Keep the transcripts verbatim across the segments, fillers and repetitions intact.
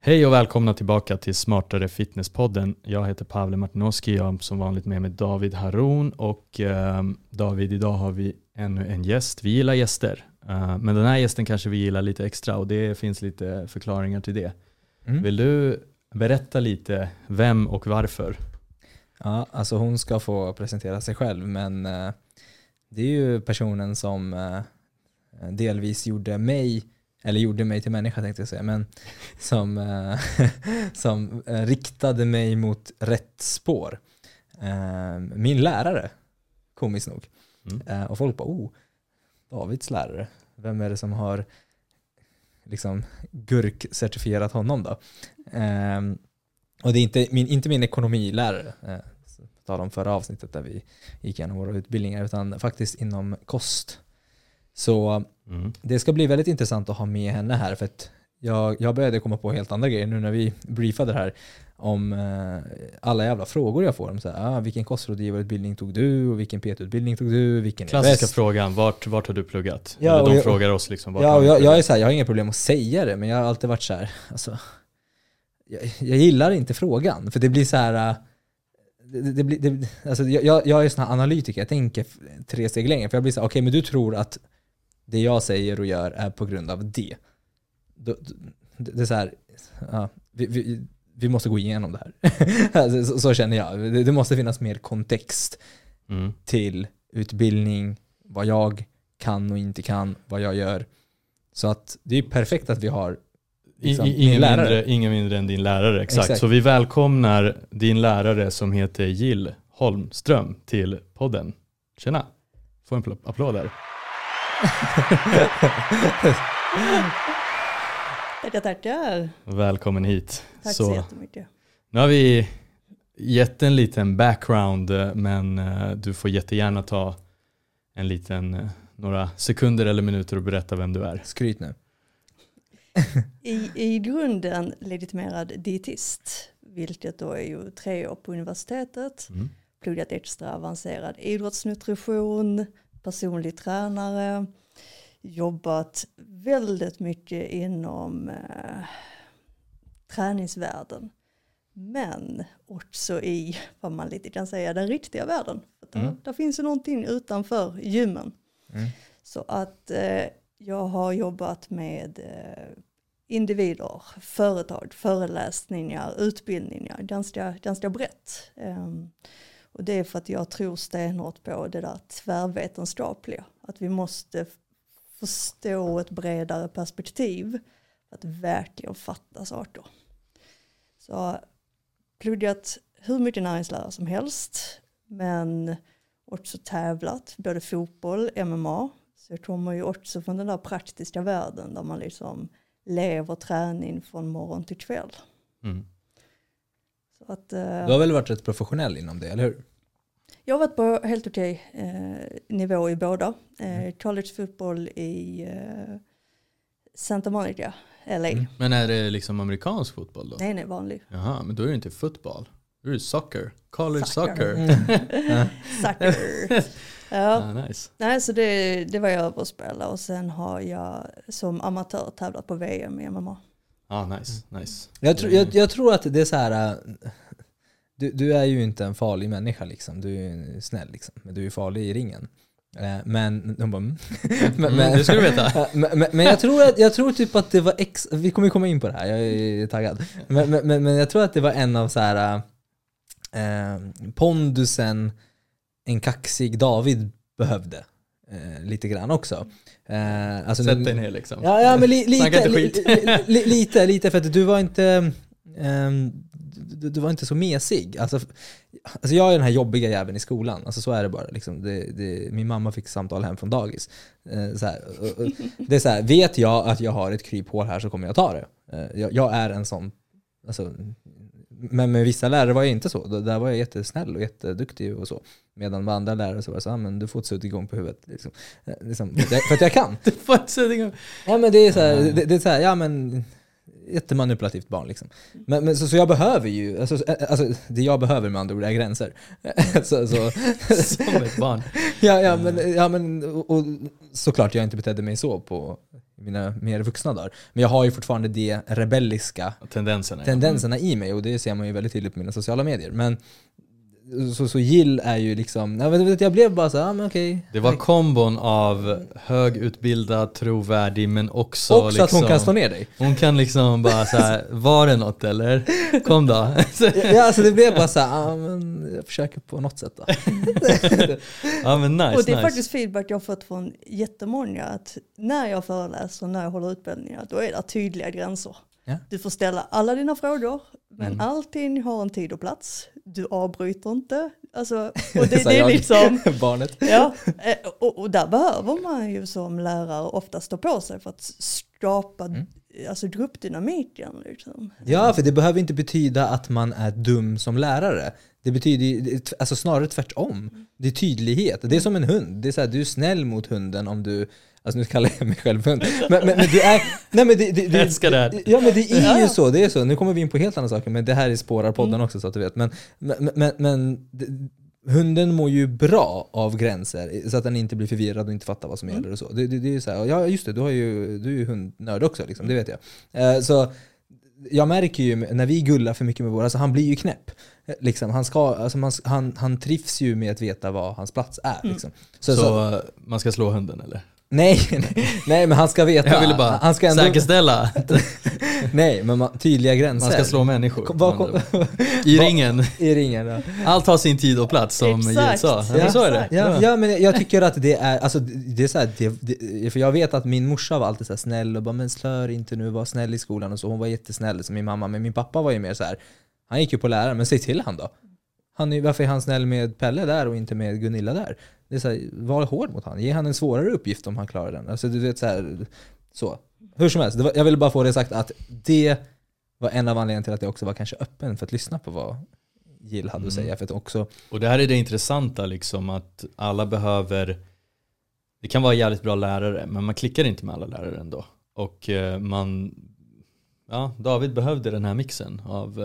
Hej och välkomna tillbaka till Smartare Fitnesspodden. Jag heter Pavle Martinoski, jag har som vanligt med mig David Haron och eh, David, idag har vi ännu en gäst. Vi gillar gäster, uh, men den här gästen kanske vi gillar lite extra och det finns lite förklaringar till det. Mm. Vill du berätta lite vem och varför? Ja, alltså hon ska få presentera sig själv, men uh, det är ju personen som uh, delvis gjorde mig Eller gjorde mig till människa tänkte jag säga, men som, eh, som eh, riktade mig mot rätt spår. Eh, min lärare, komiskt nog. Mm. Eh, och folk bara, oh, Davids lärare. Vem är det som har liksom gurkcertifierat honom då? Eh, och det är inte min, inte min ekonomilärare, eh, tal om förra avsnittet där vi gick igenom våra utbildningar, utan faktiskt inom kost. Så mm. det ska bli väldigt intressant att ha med henne här, för att jag, jag började komma på helt andra grejer nu när vi briefade det här om eh, alla jävla frågor jag får om så här, ah, vilken kostrådgivarutbildning tog du och vilken P T-utbildning tog du, vilken klassiska frågan, vart, vart har du pluggat? Ja, Eller de jag, frågar oss liksom, vart ja, har jag, jag är så här, jag har inga problem att säga det, men jag har alltid varit så här, alltså, jag, jag gillar inte frågan, för det blir så här, det, det blir, det, alltså, jag, jag är sån här analytiker, jag tänker tre steg längre, för jag blir så här, okej, okay, men du tror att det jag säger och gör är på grund av det. Det är så här, ja, vi, vi, vi måste gå igenom det här. så, så känner jag. Det, det måste finnas mer kontext mm. till utbildning, vad jag kan och inte kan, vad jag gör. Så att det är perfekt att vi har liksom, I, ingen, mindre, ingen mindre än din lärare. Exakt. Exakt. Så vi välkomnar din lärare som heter Jill Holmström till podden. Tjena. Få en applåd där. Tackar, tackar. Välkommen hit. Tack så, så jättemycket. Nu har vi gett en liten background, men du får jättegärna ta en liten, några sekunder eller minuter och berätta vem du är. Skryt nu. I, I grunden legitimerad dietist, vilket då är ju tre år på universitetet. Mm. Pluggat extra avancerad idrottsnutrition, personlig tränare, jobbat väldigt mycket inom eh, träningsvärlden. Men också i, vad man lite kan säga, den riktiga världen. För mm. där, där finns ju någonting utanför gymmen. Mm. Så att eh, jag har jobbat med eh, individer, företag, föreläsningar, utbildningar, ganska, ganska brett. Um, Och det är för att jag tror stenhårt på det där tvärvetenskapliga. Att vi måste förstå ett bredare perspektiv för att verkligen fatta saker. Så pluggat hur mycket näringslära som helst. Men också tävlat, både fotboll, M M A. Så jag kommer ju också från den där praktiska världen där man liksom lever träning från morgon till kväll. Mm. Så att, eh, du har väl varit rätt professionell inom det, eller hur? Jag har varit på helt okej eh, nivå i båda. Eh, college fotboll i eh, Santa Monica, L A. Mm. Men är det liksom amerikansk fotboll då? Nej, nej, vanlig. Jaha, men då är det inte fotboll. Då är det soccer. College soccer. Mm. Soccer. Ja. Ah, nice. Nej, så det, det var jag över att spela. Och sen har jag som amatör tävlat på V M i M M A. Ah, nice, nice. Jag, tro, jag, jag tror att det är så här. Du, du är ju inte en farlig människa liksom. Du är snäll liksom. Men du är farlig i ringen. Men de bara, mm. men, mm, det ska du veta. Men, men, men jag tror att jag tror typ att det var ex, vi kommer ju komma in på det här. Jag är taggad. Men, men, men jag tror att det var en av så här eh, pondusen en kaxig David behövde. Eh, lite grann också. Eh, alltså, Sätt dig ner liksom. Ja, ja men li, lite, li, li, lite, lite för att du var inte um, du, du var inte så mesig. Alltså, alltså jag är den här jobbiga jäveln i skolan. Alltså så är det bara. Liksom. Det, det, min mamma fick samtal hem från dagis. Eh, så här, och, och, det är så här, vet jag att jag har ett kryphål här så kommer jag ta det. Eh, jag, jag är en sån. Alltså, men med vissa lärare var jag inte så. Där var jag jättesnäll och jätteduktig och så. Medan med andra lärare så var det så här, men du får ett sudd igång på huvudet. Liksom. Liksom, för, att jag, för att jag kan. Du får ett sudd igång. Ja, men det är så här, det, det är så här, ja men jättemanipulativt barn liksom. Men, men så, så jag behöver ju, alltså, alltså det jag behöver med andra ord är gränser. så, så. Som ett barn. ja, ja, men, ja, men och, och, såklart jag inte betedde mig så på mina mer vuxna dagar. Men jag har ju fortfarande de rebelliska tendenserna, tendenserna ja. i mig, och det ser man ju väldigt tydligt på mina sociala medier. Men Så, så Jill är ju liksom, jag, vet, jag blev bara så ah, men okej. Det var kombon av högutbildad, trovärdig, men också också liksom, att hon kan slå ner dig. Hon kan liksom bara så här, var det något eller? Kom då. Ja, alltså det blev bara så här, ah, men jag försöker på något sätt då. Ja, men nice, och det är nice. faktiskt feedback jag har fått från jättemånga, att när jag föreläser och när jag håller utbildningar, då är det tydliga gränser. Ja. Du får ställa alla dina frågor, men Mm. allting har en tid och plats. Du avbryter inte. Alltså, och det, Sa det är jag, liksom... barnet. Ja, och, och där behöver man ju som lärare ofta stå på sig för att skapa Mm. alltså, gruppdynamiken. Liksom. Ja, för det behöver inte betyda att man är dum som lärare. Det betyder alltså snarare tvärtom. Det är tydlighet. Det är som en hund. Det är så här, du är snäll mot hunden om du... Alltså nu kallar jag mig själv hund. Men, men, men du är... Nej, men det, det, det, Jag älskar det här. Ja, men det är ju så. Det är så. Nu kommer vi in på helt andra saker, men det här är spårar podden mm. också så att du vet. Men, men, men, men det, hunden mår ju bra av gränser så att den inte blir förvirrad och inte fattar vad som mm. gäller och så. Det, det, det är så här, ja just det, du, har ju, du är ju hundnörd också liksom, det vet jag. Uh, så jag märker ju när vi gullar för mycket med våra, alltså han blir ju knäpp. Liksom, han, ska, alltså man, han, han trivs ju med att veta vad hans plats är. Liksom. Mm. Så, så, så man ska slå hunden eller? Nej, nej, nej, men han ska veta. Jag ville bara han ska ändå, säkerställa. Nej, men man, tydliga gränser. Man ska slå människor. Kom, var, kom, I ringen. I ringen, ja. Allt har sin tid och plats som Jill sa. Ja, så är det. Ja, ja, men jag tycker att det är, alltså, det är så här, det, det, för jag vet att min morsa var alltid så här snäll och bara, men slör inte nu, var snäll i skolan och så. Hon var jättesnäll som min mamma, men min pappa var ju mer så här, han gick ju på läraren, men säg till han då. Han är, varför är han snäll med Pelle där och inte med Gunilla där? Det är så här, var hård mot han. Ge han en svårare uppgift om han klarar den. Alltså du vet så här, så. Hur som helst, det var, jag ville bara få det sagt att det var en av anledningarna till att jag också var kanske öppen för att lyssna på vad Jill hade att säga. Mm. För att också... Och det här är det intressanta liksom, att alla behöver, det kan vara jävligt bra lärare, men man klickar inte med alla lärare ändå. Och eh, man, ja, David behövde den här mixen av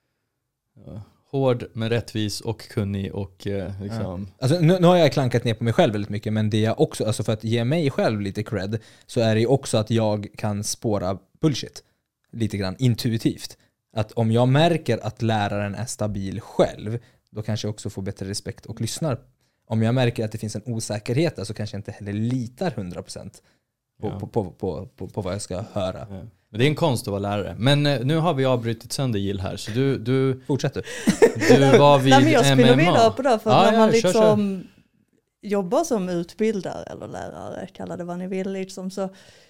eh, hård men rättvis och kunnig och eh, liksom... Ja. Alltså, nu, nu har jag klankat ner på mig själv väldigt mycket, men det jag också, alltså för att ge mig själv lite cred, så är det ju också att jag kan spåra bullshit lite grann intuitivt. Att om jag märker att läraren är stabil själv, då kanske jag också får bättre respekt och lyssnar. Om jag märker att det finns en osäkerhet där, så kanske jag inte heller litar hundra procent på, ja. på, på, på, på, på vad jag ska höra. Ja. Men det är en konst att vara lärare. Men eh, nu har vi avbrutit sönder Jill här, så du... du Fortsätt du. Du var vid Nej, men jag M spinner M A. vidare på det, för ah, när ja, man kör, liksom kör. jobbar som utbildare eller lärare, kalla det vad ni vill, liksom, så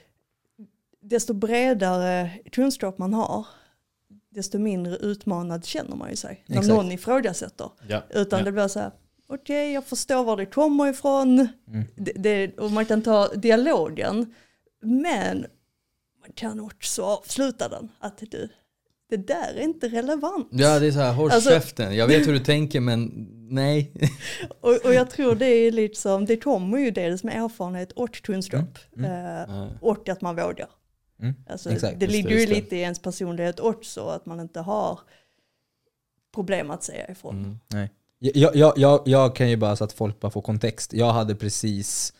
desto bredare kunskap man har, desto mindre utmanad känner man ju sig. När Exakt. någon ifrågasätter. Ja. Utan ja. det blir så här, okej, okay, jag förstår var det kommer ifrån. Mm. Det, det, och man kan ta dialogen, men man kan också avsluta den. Att du, det där är inte relevant. Ja, det är så här, håll alltså, käften. Jag vet hur du tänker, men nej. och, och jag tror det är liksom, det kommer ju dels med erfarenhet och kunskap. Mm. Mm. Eh, och att man vågar. Mm. Alltså, Exakt. det ligger det, ju det. lite i ens personlighet också, att man inte har problem att säga ifrån. Mm. Nej. Jag, jag, jag, jag kan ju bara, så att folk bara får kontext. Jag hade precis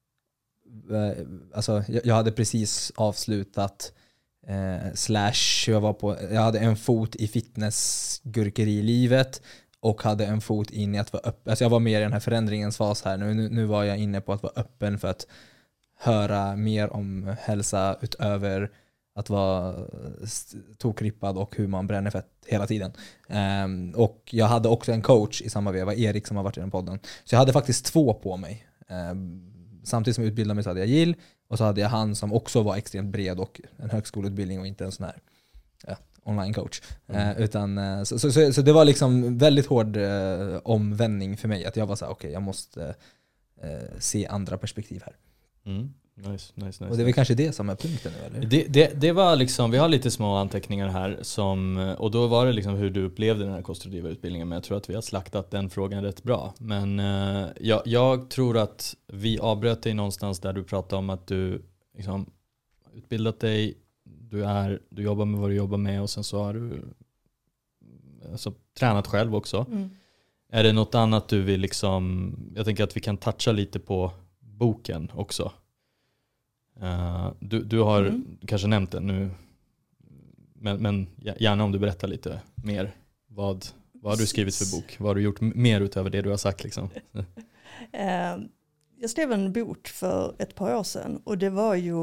alltså, jag, jag hade precis avslutat eh, slash jag var på, jag hade en fot i fitnessgurkerilivet och hade en fot in i att vara öppen. Alltså jag var mer i den här förändringens fas här. Nu, nu, nu var jag inne på att vara öppen för att höra mer om hälsa utöver att vara tokrippad och hur man bränner fett hela tiden. Um, och jag hade också en coach i samma veva, Erik, som har varit i den podden. Så jag hade faktiskt två på mig. Um, samtidigt som jag utbildade mig så hade jag Jill, och så hade jag han som också var extremt bred och en högskoleutbildning och inte en sån här ja, online coach. Mm. Uh, utan, uh, så, så, så, så det var liksom väldigt hård uh, omvändning för mig, att jag var så här, okej, okay, jag måste uh, se andra perspektiv här. Mm. Nice, nice, nice. Och det är väl kanske det som är punkten nu, eller? Det, det, det var liksom, vi har lite små anteckningar här som, och då var det liksom hur du upplevde den här kostrådgiva utbildningen, men jag tror att vi har slaktat den frågan rätt bra. Men uh, jag, jag tror att vi avbröt dig någonstans där du pratade om att du liksom utbildat dig, du, är, du jobbar med vad du jobbar med och sen så har du alltså, tränat själv också. Mm. Är det något annat du vill liksom, jag tänker att vi kan toucha lite på boken också. Uh, du, du har mm. kanske nämnt det nu, men, men gärna om du berättar lite mer. Vad, vad har du skrivit för bok? Vad har du gjort mer utöver det du har sagt liksom? uh, jag skrev en bok för ett par år sedan och det var ju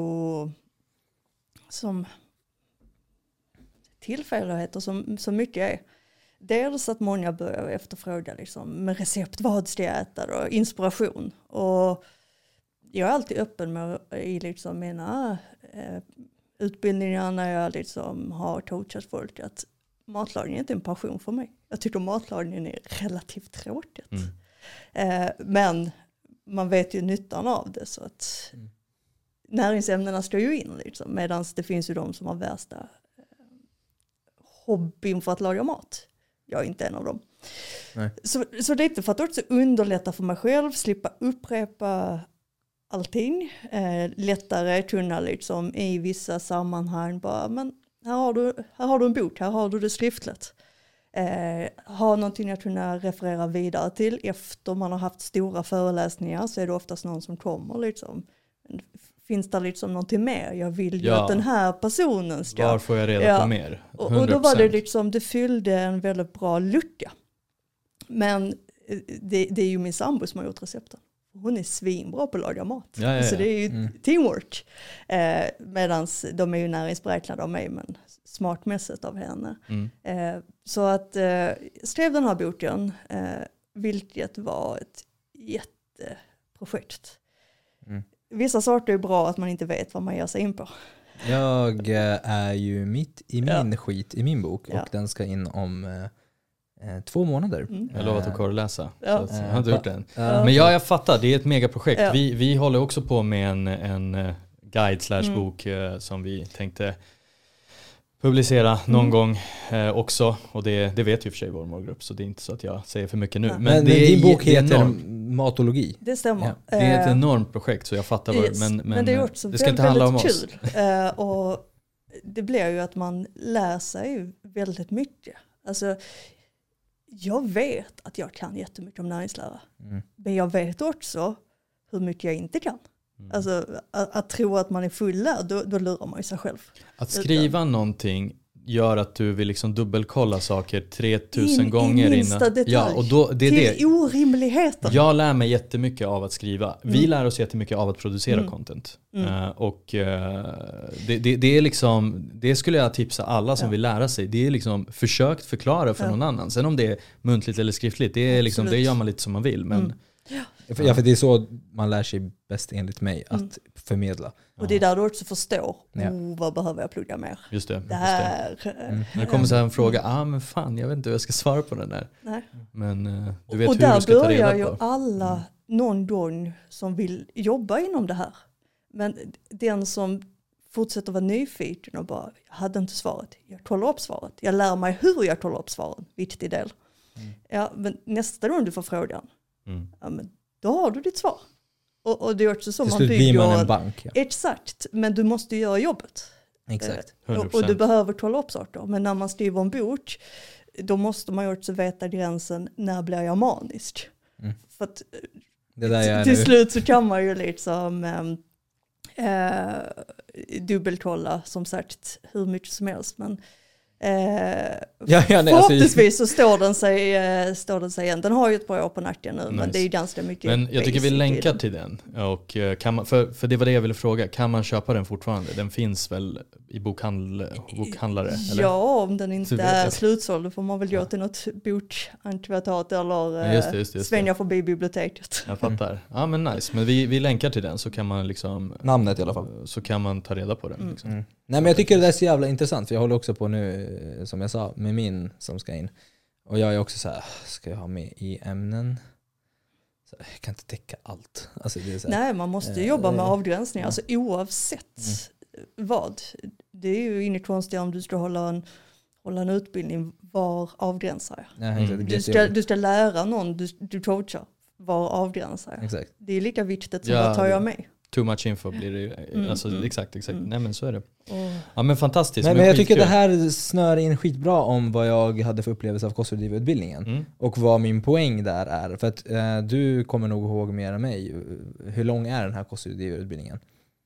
som tillfälligheter som, som mycket är. Dels att många börjar efterfråga liksom, med recept, vad ska jag äta och inspiration. Och jag är alltid öppen med i liksom mina eh, utbildningar när jag liksom har coachat folk att matlagning är inte en passion för mig. Jag tycker matlagningen är relativt tråkigt. Mm. Eh, men man vet ju nyttan av det så att mm. näringsämnena står ju in liksom, medan det finns ju de som har värsta eh, hobbyn för att laga mat. Jag är inte en av dem. Nej. Så, så det är inte för att också underlätta för mig själv, slippa upprepa allting. Eh, lättare kunna liksom i vissa sammanhang bara, men här har du, här har du en bok, här har du det skriftligt. Eh, ha någonting att kunna referera vidare till. Efter man har haft stora föreläsningar så är det oftast någon som kommer liksom. Finns det liksom någonting mer? Jag vill ju ja. att den här personen ska... Var får jag reda ja. på mer? Och, och då var det liksom, det fyllde en väldigt bra lucka. Men det, det är ju min sambo som har gjort recepten. Hon är svinbra på att laga mat. Ja, ja, ja. Så det är ju mm. teamwork. Eh, Medan de är ju näringsberäknade av mig, men smartmässigt av henne. Mm. Eh, så att eh, skrev den här boken, eh, vilket var ett jätteprojekt. Mm. Vissa saker är bra att man inte vet vad man ger sig in på. Jag är ju mitt i min ja. skit i min bok ja. och den ska in om eh, två månader. Mm. Jag lovar att korrläsa. Ja. Så jag har inte gjort det än. Ja. Men ja, jag fattar, det är ett megaprojekt. Ja. Vi, vi håller också på med en, en guide slash mm. bok eh, som vi tänkte publicera någon mm. gång eh, också. Och det, det vet ju för sig vår målgrupp, så det är inte så att jag säger för mycket nu. Ja. Men, men det din är, bok heter enorm. Matologi. Det stämmer. Ja. Det är ett enormt projekt så jag fattar vad yes. men, men, men det är också det ska väldigt, inte handla om oss. Kul. uh, och det blir ju att man lär sig väldigt mycket. Alltså, jag vet att jag kan jättemycket om näringslära. Mm. Men jag vet också hur mycket jag inte kan. Mm. Alltså att, att tro att man är fullärd, då, då lurar man ju sig själv. Att skriva Utan. någonting gör att du vill liksom dubbelkolla saker tre tusen In, gånger i minsta innan. Detalj. Ja, och då, det är till det. Orimligheten. Jag lär mig jättemycket av att skriva. Vi mm. lär oss jättemycket av att producera mm. content. Mm. Uh, och uh, det, det, det är liksom, det skulle jag tipsa alla som ja. vill lära sig. Det är liksom försökt förklara för ja. någon annan. Sen om det är muntligt eller skriftligt, det, är liksom, det gör man lite som man vill. Men, mm. ja. Ja, för det är så man lär sig bäst enligt mig att mm. förmedla. Och det är där du också förstår, ja. oh, vad behöver jag plugga mer? Just det. det här, just det. Mm. När det kommer så här en fråga, ah men fan, jag vet inte hur jag ska svara på den där. Nej. Men uh, du vet och hur du ska ta reda på. Och där börjar ju alla mm. någon gång som vill jobba inom det här. Men den som fortsätter vara nyfiken och bara, jag hade inte svaret, jag kollar upp svaret. Jag lär mig hur jag kollar upp svaren, viktig del. Mm. Ja, men nästa gång du får frågan, mm. ja, men då har du ditt svar. Och, och det är också så man bygger blir man en bank. Ja. Exakt, men du måste göra jobbet. Exakt. Eh, och, och du behöver kolla upp saker. Men när man skriver en bok, då måste man ju också veta gränsen, när blir jag manisk? Mm. För att det där till nu. slut så kan man ju liksom äh, dubbelkolla som sagt hur mycket som helst. Men Eh, ja, ja, nej, förhoppningsvis alltså, så står den, sig, eh, står den sig igen. Den har ju ett par år på nacken nu, nice. Men det är ju ganska mycket. Men jag tycker vi länkar till den. Och kan man, för, för det var det jag ville fråga. Kan man köpa den fortfarande? Den finns väl i bokhandl, bokhandlare? Eller? Ja, om den inte är slutsåld då får man väl gå till något bokankvatat eller eh, just det, just det, just svänga förbi biblioteket. Jag fattar. Ja men nice. Men vi, vi länkar till den så kan man liksom... Namnet i alla fall. Så kan man ta reda på den. Mm. Liksom. Mm. Nej men jag tycker det är så jävla intressant. För jag håller också på nu, som jag sa, med min som ska in. Och jag är också så här, ska jag ha med i ämnen? Så jag kan inte täcka allt. Alltså det är så här, nej, man måste ju äh, jobba med avgränsningar. Alltså oavsett mm. vad. Det är ju inget konstigt om du ska hålla en, hålla en utbildning. Var avgränsar jag? Ja, mm. du, ska, du ska lära någon, du, du coachar. Var avgränsar jag? Exakt. Det är lika viktigt som ja, vad tar jag med? too much info blir det Mm, alltså, mm, exakt, exakt. mm. Nej men så är det. Och, Ja men fantastiskt. Men, men jag tycker skitkul. det här snör in skitbra om vad jag hade för upplevelse av kostrådgivarutbildningen. Mm. Och vad min poäng där är. För att eh, du kommer nog ihåg mer än mig. Hur lång är den här kostrådgivarutbildningen?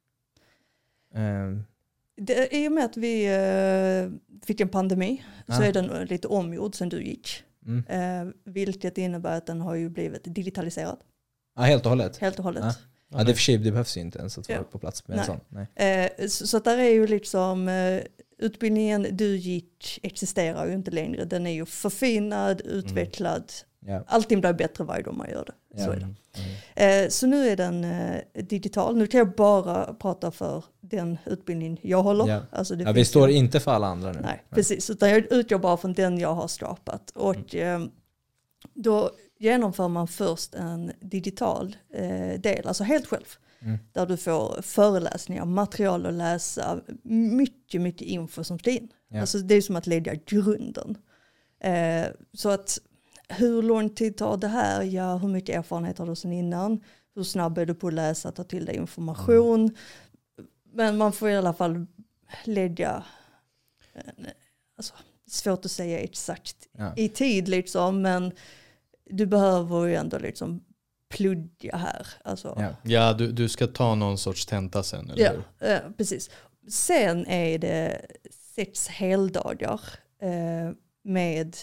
Eh, det, I och med att vi eh, fick en pandemi så Ja. är den lite omgjord sen du gick. mm. Eh, vilket innebär att den har ju blivit digitaliserad Ja, helt och hållet. helt och hållet. Ja. Ja, det, är för sig, det behövs ju inte ens att vara Ja. på plats med en Nej. sån. Nej. Eh, så, så att där är ju liksom eh, utbildningen du gick existerar ju inte längre. Den är ju förfinad, utvecklad. Ja. Allting blir bättre varje gång man gör det. Ja. Så är det. Mm. Eh, så nu är den eh, digital. Nu kan jag bara prata för den utbildning jag håller. Ja. Alltså det Ja, vi finns står ju, inte för alla andra nu. Nej, precis. Utan jag utgår bara från den jag har skapat. Och eh, då genomför man först en digital eh, del, alltså helt själv. Mm. Där du får föreläsningar, material att läsa, mycket, mycket info som ska in. Ja. Alltså det är som att lägga grunden. Eh, så att hur lång tid tar det här? Ja, hur mycket erfarenhet har du sedan innan? Hur snabb är du på att läsa, ta till dig information? Mm. Men man får i alla fall lägga, eh, alltså svårt att säga exakt Ja. i tid liksom, men du behöver ju ändå liksom plugga här. Alltså, Ja. Ja, du, du ska ta någon sorts tenta sen, eller ja, hur? eh, precis. Sen är det sex heldagar eh, med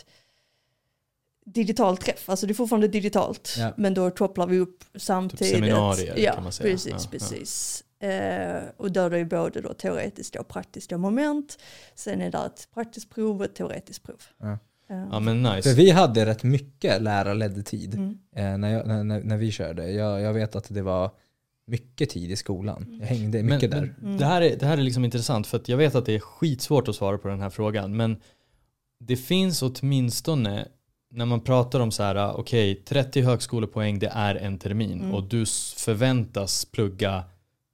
digital träff. Alltså det är fortfarande digitalt, Ja. men då kopplar vi upp samtidigt. Typ seminarier, ja, kan man säga. Precis, Ja, ja. precis. Eh, och då är det både då teoretiska och praktiska moment. Sen är det ett praktiskt prov och ett teoretiskt prov. Ja. Eh, Ja men För nice. vi hade rätt mycket lärarledd tid mm. eh, när, jag, när, när vi körde. Jag, jag vet att det var mycket tid i skolan. Jag hängde Men, mycket där. men det, här är, det här är liksom intressant för att jag vet att det är skitsvårt att svara på den här frågan, men det finns åtminstone när man pratar om så här, okej, okay, trettio högskolepoäng det är en termin Mm. och du s- förväntas plugga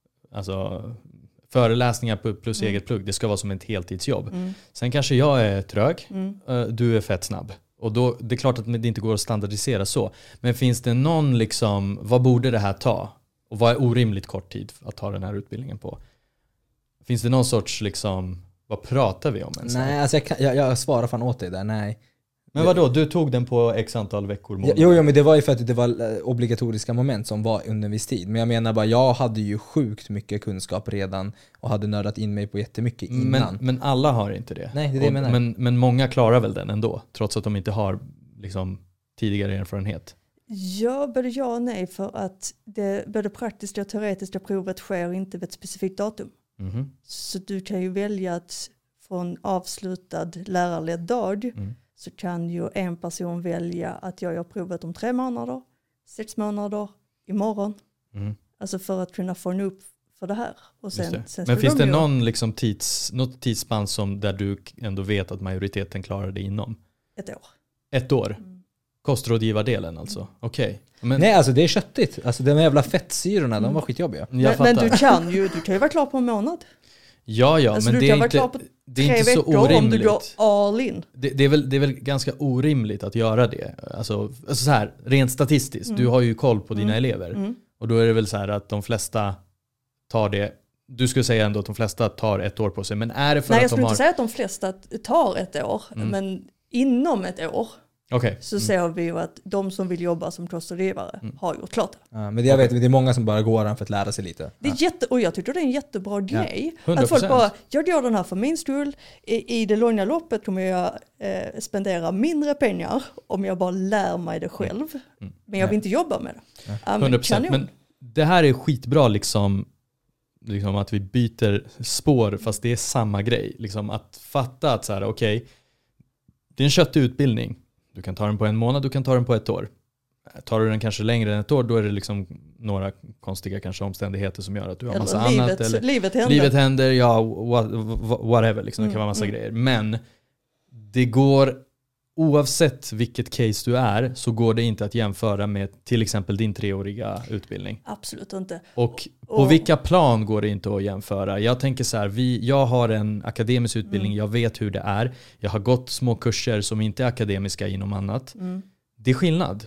alltså föreläsningar plus Mm. eget plugg, det ska vara som ett heltidsjobb. Mm. Sen kanske jag är trög, Mm. eh, du är fett snabb. Och då, det är klart att det inte går att standardisera så. Men finns det någon liksom, vad borde det här ta? Och vad är orimligt kort tid att ta den här utbildningen på? Finns det någon sorts liksom, vad pratar vi om ens? Nej, alltså jag, kan, jag, jag svarar fan åt dig där. Nej. Men vadå, du tog den på x antal veckor, månader? Jo, jo, men det var ju för att det var eh, obligatoriska moment som var under viss tid. Men jag menar bara, jag hade ju sjukt mycket kunskap redan och hade nördat in mig på jättemycket innan. Men, men alla har inte det. Nej, det är det jag Och- menar. Men, men många klarar väl den ändå, trots att de inte har liksom, tidigare erfarenhet. Ja, både ja och nej, för att det, både praktiska och teoretiska provet sker inte vid ett specifikt datum. Mhm. Så du kan ju välja att från avslutad lärarledd dag Mm. så kan ju en person välja att jag gör provet om tre månader, sex månader, imorgon. Mm. Alltså för att kunna få en upp för det här. Och sen, Just det. sen Men ska finns de det ju- någon liksom tids, något tidsspann som där du ändå vet att majoriteten klarar det inom? Ett år. Ett år? Mm. Kostrådgivardelen alltså? Okej. Men Nej, alltså det är köttigt. Alltså de jävla fettsyrorna, de var skitjobbiga. jag Men, men fattar. du kan ju du kan ju vara klar på en månad. Ja, ja, Alltså, men du det kan är vara inte, klar på det är Tre inte så veckor om du orimligt. går all in. Det, det, är väl, det är väl ganska orimligt att göra det. Alltså, alltså så här, rent statistiskt, Mm. du har ju koll på dina Mm. elever. Mm. Och då är det väl så här att de flesta tar det, du skulle säga ändå att de flesta tar ett år på sig. Men är det för Nej, jag att de skulle har... inte säga att de flesta tar ett år, Mm. men inom ett år Okej. så Mm. ser vi ju att de som vill jobba som kostrådgivare Mm. har gjort klart det. Ja, men det, jag vet, det är många som bara går den för att lära sig lite. Det är jätte, och jag tycker det är en jättebra grej. hundra Att folk procent. bara, jag gör den här för min skull. I, i det långa loppet kommer jag eh, spendera mindre pengar om jag bara lär mig det själv. Mm. Men jag vill Ja. inte jobba med det. Ja. Ja, men hundra procent. kanon. Men det här är skitbra liksom, liksom att vi byter spår fast det är samma grej. Liksom att fatta att så här, okej, det är en köttig utbildning. Du kan ta den på en månad, du kan ta den på ett år. Tar du den kanske längre än ett år, då är det liksom några konstiga kanske omständigheter som gör att du har massa Eller annat. livet, Eller livet händer. livet händer, ja, what, whatever. Liksom. Det kan Mm, vara massa mm. grejer. Men det går, oavsett vilket case du är, så går det inte att jämföra med till exempel din treåriga utbildning. Absolut inte. Och på Och- vilka plan går det inte att jämföra? Jag tänker så här, vi, jag har en akademisk utbildning, Mm. jag vet hur det är. Jag har gått små kurser som inte är akademiska inom annat. Mm. Det är skillnad.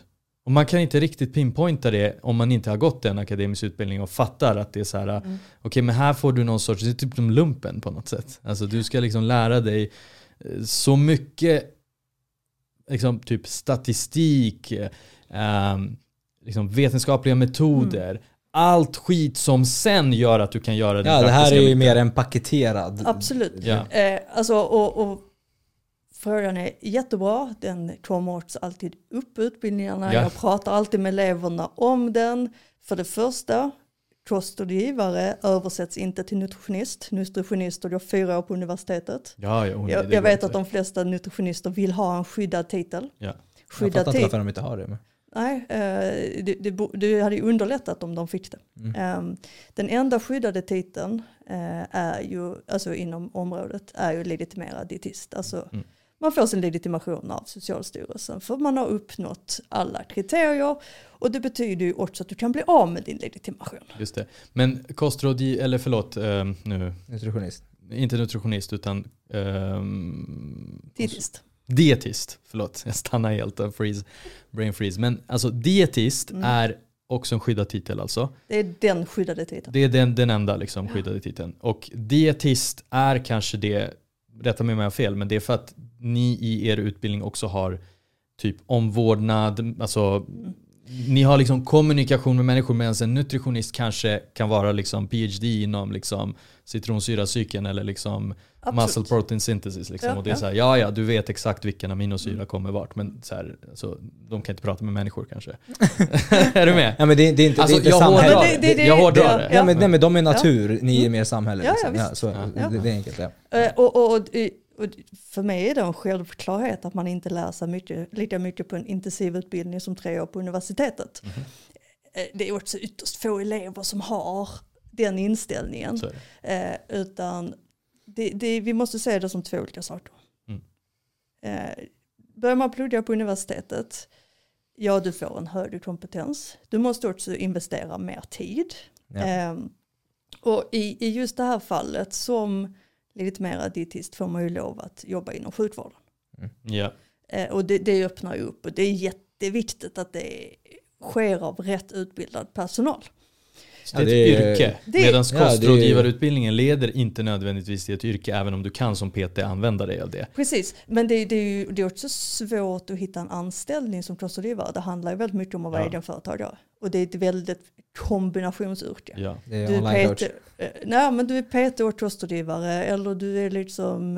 Och man kan inte riktigt pinpointa det om man inte har gått en akademisk utbildning och fattar att det är så här, mm. okej okay, men här får du någon sorts, det är typ som lumpen på något sätt. Alltså du ska liksom lära dig så mycket liksom typ statistik, eh, liksom vetenskapliga metoder, mm. allt skit som sen gör att du kan göra det. Ja, det här är ju mycket. Mer en paketerad. Absolut. Ja. Eh, alltså, och, och frågan är jättebra. Den kommer alltid upp utbildningarna. Ja. Jag pratar alltid med eleverna om den. För det första, kostrådgivare översätts inte till nutritionist. Nutritionister går fyra år på universitetet. Ja, ja, hon, jag jag vet att de flesta nutritionister vill ha en skyddad titel. Ja. Skyddad jag fattar inte varför de inte har det. Men. Nej, eh, det, det, det hade ju underlättat om de fick det. Mm. Um, den enda skyddade titeln uh, är ju, alltså inom området, är ju legitimerad dietist. Alltså mm. man får sin legitimation av Socialstyrelsen för man har uppnått alla kriterier och det betyder ju också att du kan bli av med din legitimation. Just det. Men kostrådgivare, eller förlåt uh, nu. Nutritionist. Inte nutritionist utan um, dietist. Dietist, förlåt, jag stannar helt och freeze, brain freeze. Men alltså dietist mm. är också en skyddad titel alltså. Det är den skyddade titeln. Det är den, den enda liksom skyddade ja. titeln. Och dietist är kanske det, rätta mig om jag har fel, men det är för att ni i er utbildning också har typ omvårdnad, alltså mm. ni har liksom kommunikation med människor, medan en nutritionist kanske kan vara liksom P H D inom liksom citronsyracykeln eller liksom Absolut. Muscle protein synthesis liksom. Ja, och det är så här, ja ja, du vet exakt vilken aminosyra mm. kommer vart, men så här, alltså, de kan inte prata med människor kanske. Är du med? Ja, men det, det är inte, alltså, det är inte samhälle. Det, det, det, jag hårdrar det. Ja, ja, men, nej, men de är natur, ja. Ni är mer samhälle. Ja, liksom. ja, ja, så, ja. Det, det är enkelt. Ja. Uh, och, och, och, och för mig är det en självklarhet att man inte lär sig mycket, lika mycket på en intensivutbildning som tre år på universitetet. Mm. Uh, det är också ytterst få elever som har den inställningen. Uh, utan det, det, vi måste se det som två olika saker. Mm. Uh, börjar man plugga på universitetet, ja du får en högre kompetens. Du måste också investera mer tid. Ja. Uh, och i, i just det här fallet som legitimerad dietist får man ju lov att jobba inom sjukvården. Mm. Yeah. Uh, och det, det öppnar ju upp och det är jätteviktigt att det sker av rätt utbildad personal. Så det är ett yrke. Medan kostrådgivarutbildningen leder inte nödvändigtvis till ett yrke, även om du kan som P T använda dig av det. Precis, men det, det, är ju, det är också svårt att hitta en anställning som kostrådgivare. Det handlar ju väldigt mycket om att vara ja. egenföretagare. Och det är ett väldigt kombinationsyrke. Ja. Det är du är online P T, nej, men du är P T och kostrådgivare, eller du är liksom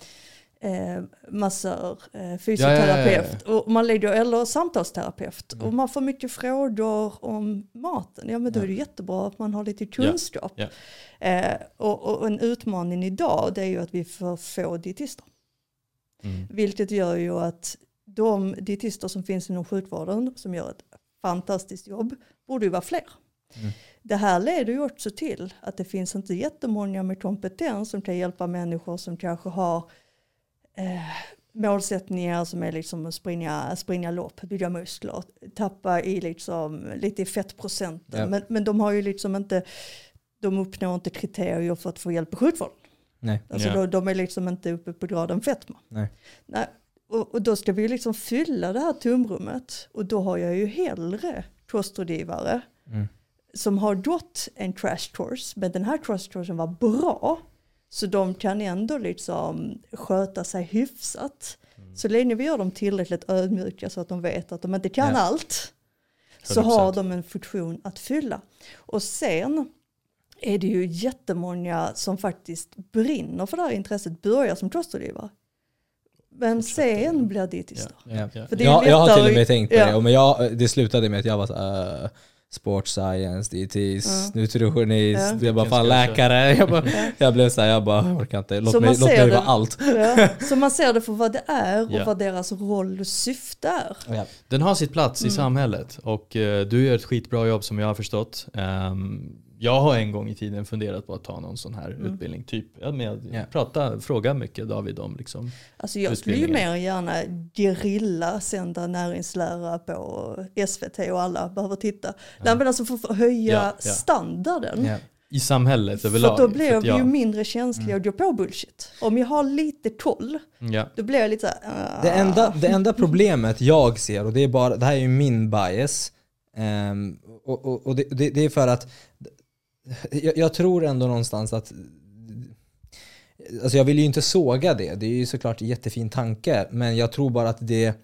eh, massör, eh, fysioterapeut ja, ja, ja. och man lägger, eller samtalsterapeut. Mm. Och man får mycket frågor om maten. Ja, men då är det jättebra att man har lite kunskap. Ja, ja. Eh, och, och en utmaning idag, det är ju att vi får få dietister. Mm. Vilket gör ju att de dietister som finns inom sjukvården som gör ett fantastiskt jobb borde ju vara fler. Mm. Det här leder ju också till att det finns inte jättemånga med kompetens som kan hjälpa människor som kanske har eh, målsättningar som är liksom att springa, springa lopp, bygga muskler, tappa i liksom lite i fettprocenten. Ja. Men, men de har ju liksom inte, de uppnår inte kriterier för att få hjälp i sjukvården. Nej. Alltså ja. de, de är liksom inte uppe på graden fetma. Nej. Nej. Och, och då ska vi liksom fylla det här tomrummet. Och då har jag ju hellre kostrådgivare mm. som har gått en crash course. Men den här crash coursen var bra. Så de kan ändå liksom sköta sig hyfsat. Mm. Så länge vi gör dem tillräckligt ödmjuka så att de vet att de inte kan ja. allt. Så hundra procent. Har de en funktion att fylla. Och sen är det ju jättemånga som faktiskt brinner för det här intresset. Börjar som kostrådgivare. Men sen blir det till stå. Ja, ja. För det jag, jag har till och med tänkt på ja. det. Men jag, det slutade med att jag var så uh, sports science, dietist, mm. nutritionist. Ja. Jag bara, fan läkare. Jag, bara, jag blev så här, jag bara, jag orkar inte. Låt så mig, låt mig vara allt. Ja. Så man ser det för vad det är och ja. vad deras roll och syfte är. Ja. Den har sitt plats mm. i samhället. Och uh, du gör ett skitbra jobb som jag har förstått. Um, Jag har en gång i tiden funderat på att ta någon sån här mm. utbildning. Typ, ja, med, yeah. prata, fråga mycket David om liksom, alltså jag skulle ju mer gärna gerilla sända näringslära på S V T och alla behöver titta. Ja. Nej, men alltså för att höja ja, ja. standarden. Ja. i samhället För överlag. då blir för att vi jag, ju mindre känsliga att gå på bullshit. Om jag har lite koll, ja. då blir jag lite så här, uh. Det enda, det enda problemet jag ser, och det är bara, det här är ju min bias, um, och, och, och det, det, det är för att jag, jag tror ändå någonstans att, alltså jag vill ju inte såga det, det är ju såklart en jättefin tanke, men jag tror bara att det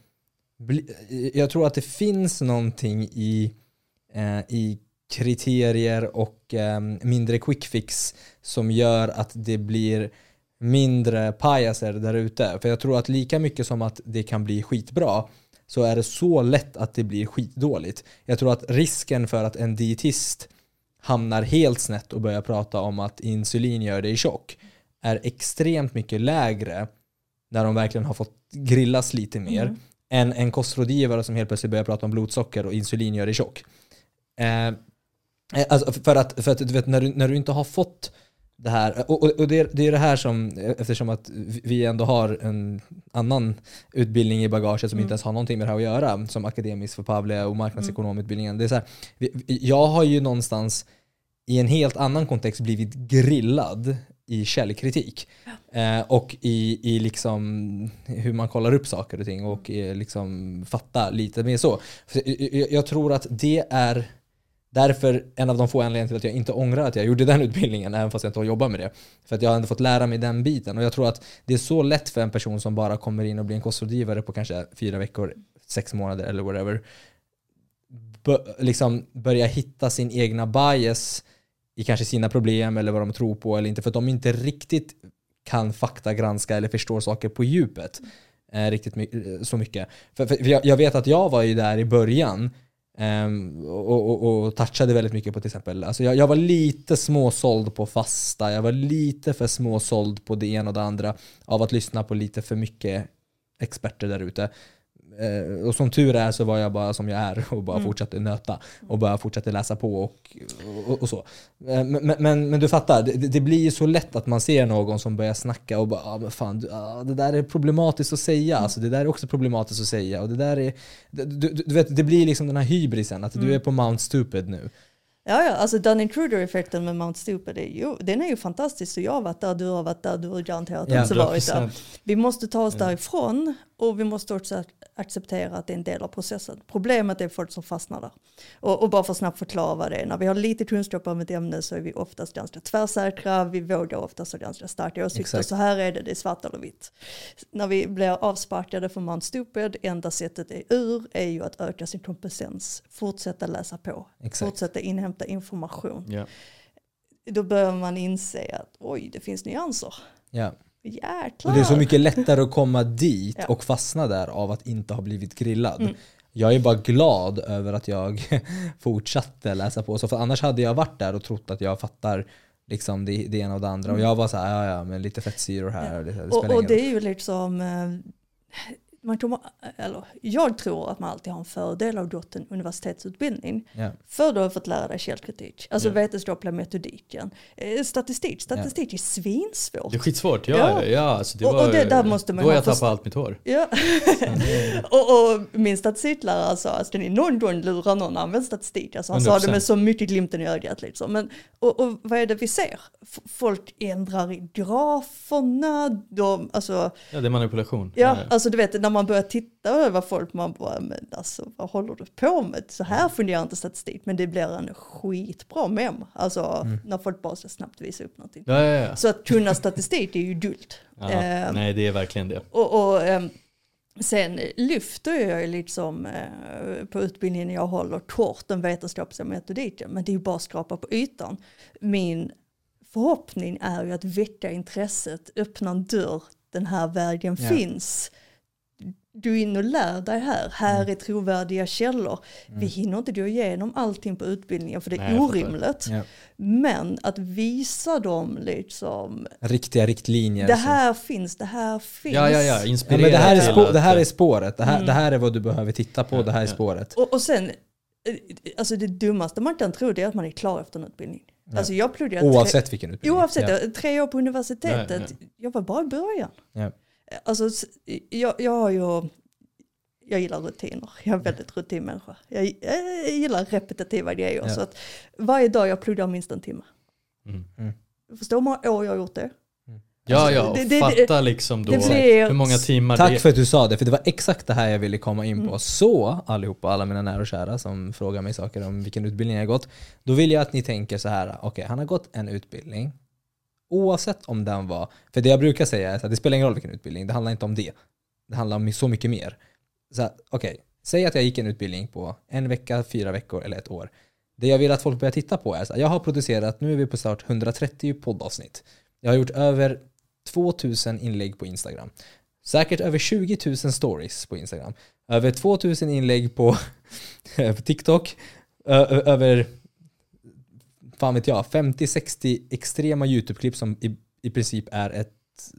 jag tror att det finns någonting i, eh, i kriterier och eh, mindre quick fix som gör att det blir mindre pajaser där ute. För jag tror att lika mycket som att det kan bli skitbra, så är det så lätt att det blir skitdåligt. Jag tror att risken för att en dietist hamnar helt snett och börjar prata om att insulin gör dig tjock är extremt mycket lägre när de verkligen har fått grillas lite mer mm. än en kostrådgivare som helt plötsligt börjar prata om blodsocker och insulin gör dig tjock. Eh, alltså för att, för att du vet, när du, när du inte har fått det här, och, och det, är, det är det här som, eftersom att vi ändå har en annan utbildning i bagaget som mm. inte ens har någonting med det här att göra, som akademisk för Pavle och marknadsekonomutbildningen. Det är så här, jag har ju någonstans i en helt annan kontext blivit grillad i källkritik ja. eh, och i, i liksom hur man kollar upp saker och ting och eh, liksom fatta lite mer så. För jag, jag tror att det är därför en av de få anledningarna till att jag inte ångrar att jag gjorde den utbildningen, även fast jag inte har jobbat med det. För att jag har ändå fått lära mig den biten. Och jag tror att det är så lätt för en person som bara kommer in och blir en kostrådgivare på kanske fyra veckor, sex månader eller whatever, b- liksom börja hitta sin egna bias i kanske sina problem eller vad de tror på eller inte. För att de inte riktigt kan faktagranska eller förstår saker på djupet eh, riktigt my- så mycket. För, för jag, jag vet att jag var ju där i början Um, och, och, och touchade väldigt mycket på till exempel, alltså jag, jag var lite småsåld på fasta, jag var lite för småsåld på det ena och det andra av att lyssna på lite för mycket experter där ute. Uh, och som tur är så var jag bara som jag är och bara mm. fortsatte nöta och bara fortsatte läsa på och, och, och så. Uh, men, men, men du fattar, det, det blir ju så lätt att man ser någon som börjar snacka och bara, ah, men fan, ah, det där är problematiskt att säga, mm. alltså det där är också problematiskt att säga och det där är, du, du, du vet, det blir liksom den här hybrisen att mm. du är på Mount Stupid nu. Ja, ja, alltså Dunning-Kruger-effekten med Mount Stupid, är ju, den är ju fantastisk. Så jag har varit där, du har varit där, du har garanterat ja, också varit där. Vi måste ta oss ja. därifrån och vi måste också acceptera att det är en del av processen. Problemet är folk som fastnar där. Och, och bara för att snabbt förklara vad det är. När vi har lite kunskap om ett ämne så är vi oftast ganska tvärsäkra. Vi vågar oftast ha ganska starka åsikter. Så här är det, det är svart eller vitt. När vi blir avsparkade från Mount Stupid, enda sättet är ur är ju att öka sin kompetens. Fortsätta läsa på. Exakt. Fortsätta inhämta information. Yeah. Då börjar man inse att oj, det finns nyanser. Ja. Jäklar. Och det är så mycket lättare att komma dit ja. och fastna där av att inte ha blivit grillad. Mm. Jag är bara glad över att jag fortsatte läsa på. Så för annars hade jag varit där och trott att jag fattar liksom det, det ena och det andra. Mm. Och jag var så här, ja ja, men lite fettsyror här. Ja. Det, det och, och det är ju liksom... Man kommer, eller, jag tror att man alltid har en fördel av gått en universitetsutbildning. Yeah. För du har fått lära dig källkritik. Alltså yeah. vetenskapliga metodiken. Statistik. Statistik yeah. är svinsvårt. Det är skitsvårt, ja. ja. ja alltså det och, var, och det, där måste man då ha jag först- tappade allt mitt hår. Ja. och, och min statistiklärare sa att ni någon gång lurar någon använd statistik. Alltså han sa det med så mycket glimten i ögat. Liksom. Men, och, och vad är det vi ser? F- folk ändrar i graferna. De, alltså, ja, det är manipulation. Ja, ja, alltså du vet, när man börjar titta över folk, man bara, men alltså vad håller du på med? Så här fungerar inte statistik, men det blir en skitbra mem. Alltså mm. när folk bara så snabbt visar upp någonting. Ja, ja, ja. Så att kunna statistik är ju guld. Ja, eh, nej, det är verkligen det. Och, och eh, sen lyfter jag ju liksom eh, på utbildningen jag håller kort den vetenskapliga metodiken, men det är ju bara att skrapa på ytan. Min förhoppning är ju att väcka intresset, öppna en dörr, den här vägen ja. finns. Du är in och lär dig här. Här mm. är trovärdiga källor. Mm. Vi hinner inte gå igenom allting på utbildningen för det är Nej, orimligt. Ja. Men att visa dem liksom... Riktiga riktlinjer. Det här så. finns, det här finns. Ja, ja, ja. Inspirera. Ja, men det, här är spå- det här är spåret. Det här, mm. det här är vad du behöver titta på. Ja, det här är ja. spåret. Och, och sen, alltså det dummaste man kan tro det är att man är klar efter en utbildning. Ja. Alltså jag pluggar Oavsett tre, vilken utbildning. Oavsett, ja. tre år på universitetet. Ja, ja. Jag var bara i början. Ja. Alltså jag, jag har ju... Jag gillar rutiner. Jag är en väldigt rutinmänniska. Jag, jag gillar repetitiva grejer. Ja. Så att varje dag jag pluggar minst en timme. Mm. Mm. Förstår hur många år jag har gjort det? Ja, ja, och det, det, fatta liksom då blir, hur många timmar Tack det för att du sa det, för det var exakt det här jag ville komma in på. Mm. Så allihopa, alla mina nära och kära som frågar mig saker om vilken utbildning jag har gått, då vill jag att ni tänker så här: okej, okay, han har gått en utbildning, oavsett om den var, för det jag brukar säga är att det spelar ingen roll vilken utbildning, det handlar inte om det. Det handlar om så mycket mer. Så okej, okay, säg att jag gick en utbildning på en vecka, fyra veckor eller ett år. Det jag vill att folk börjar titta på är så här, jag har producerat, nu är vi på start hundratrettio poddavsnitt. Jag har gjort över tvåtusen inlägg på Instagram. Säkert över tjugo tusen stories på Instagram. Över tvåtusen inlägg på, på TikTok. Ö- över fan vet jag, femtio sextio extrema YouTube-klipp som i, i princip är ett,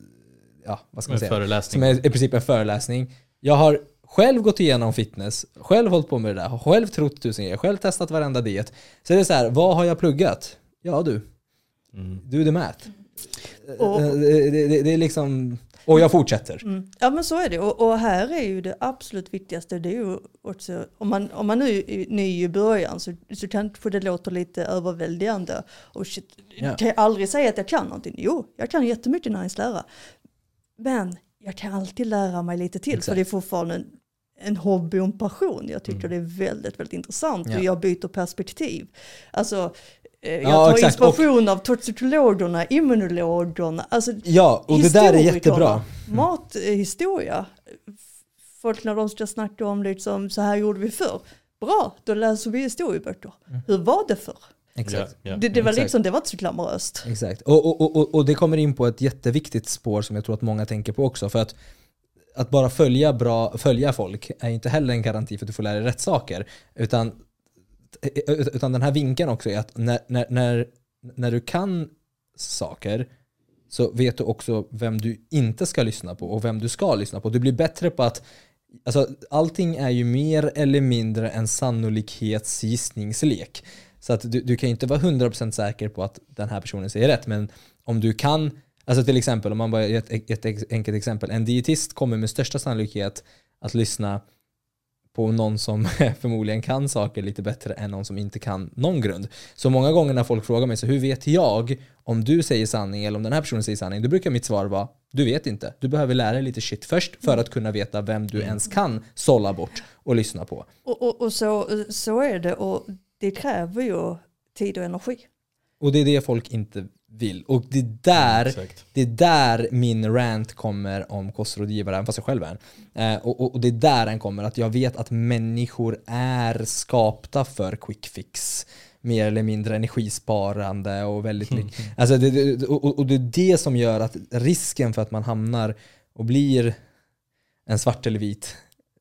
ja, vad ska man säga? Föreläsning. Som är i princip en föreläsning. Jag har själv gått igenom fitness, själv hållit på med det där, själv trott tusen grejer, själv testat varenda diet. Så det är så här, vad har jag pluggat? Ja du. Mm. Du är the math. Och, det, det, det, det är liksom, och jag fortsätter. Mm. Ja men så är det, och, och här är ju det absolut viktigaste, det är ju också, om man, om man nu är ny i början så, så kanske det låter lite överväldigande och shit, Ja. kan jag aldrig säga att jag kan någonting. Jo, jag kan jättemycket näringslära, men jag kan alltid lära mig lite till. Exakt. För det är fortfarande en, en hobby och en passion. Jag tycker Mm. det är väldigt, väldigt intressant. Ja. Och jag byter perspektiv. Alltså, eh, jag Ja, tar exakt. inspiration och av toxikologerna, immunologerna. Alltså, Ja, och det där är jättebra. Mm. Mathistoria. Folk när de ska snacka om liksom, så här gjorde vi förr. Bra, då läser vi historieböcker. Mm. Hur var det förr? Exakt. Ja, ja. Det, det, var Exakt. liksom, det var inte så glamoröst. Exakt. Och, och, och, och det kommer in på ett jätteviktigt spår som jag tror att många tänker på också. För att, att bara följa, bra, följa folk är inte heller en garanti för att du får lära dig rätt saker. Utan, utan den här vinkeln också är att när, när, när, när du kan saker så vet du också vem du inte ska lyssna på och vem du ska lyssna på. Du blir bättre på att, alltså, allting är ju mer eller mindre en sannolikhetsgissningslek. Så att du, du kan inte vara hundra procent säker på att den här personen säger rätt, men om du kan, alltså till exempel om man bara ger ett, ett enkelt exempel, en dietist kommer med största sannolikhet att lyssna på någon som förmodligen kan saker lite bättre än någon som inte kan någon grund. Så många gånger när folk frågar mig så hur vet jag om du säger sanning eller om den här personen säger sanning, då brukar mitt svar vara du vet inte. Du behöver lära dig lite shit först för att kunna veta vem du ens kan sålla bort och lyssna på. Och, och, och så, så är det, och det kräver ju tid och energi. Och det är det folk inte vill. Och det är där, Exakt. det är där min rant kommer om kostrådgivare, även fast jag själv är en. Eh, och, och det är där den kommer, att jag vet att människor är skapta för quick fix. Mer eller mindre energisparande och väldigt mycket. Mm. Alltså det, det, och, och det är det som gör att risken för att man hamnar och blir en svart eller vit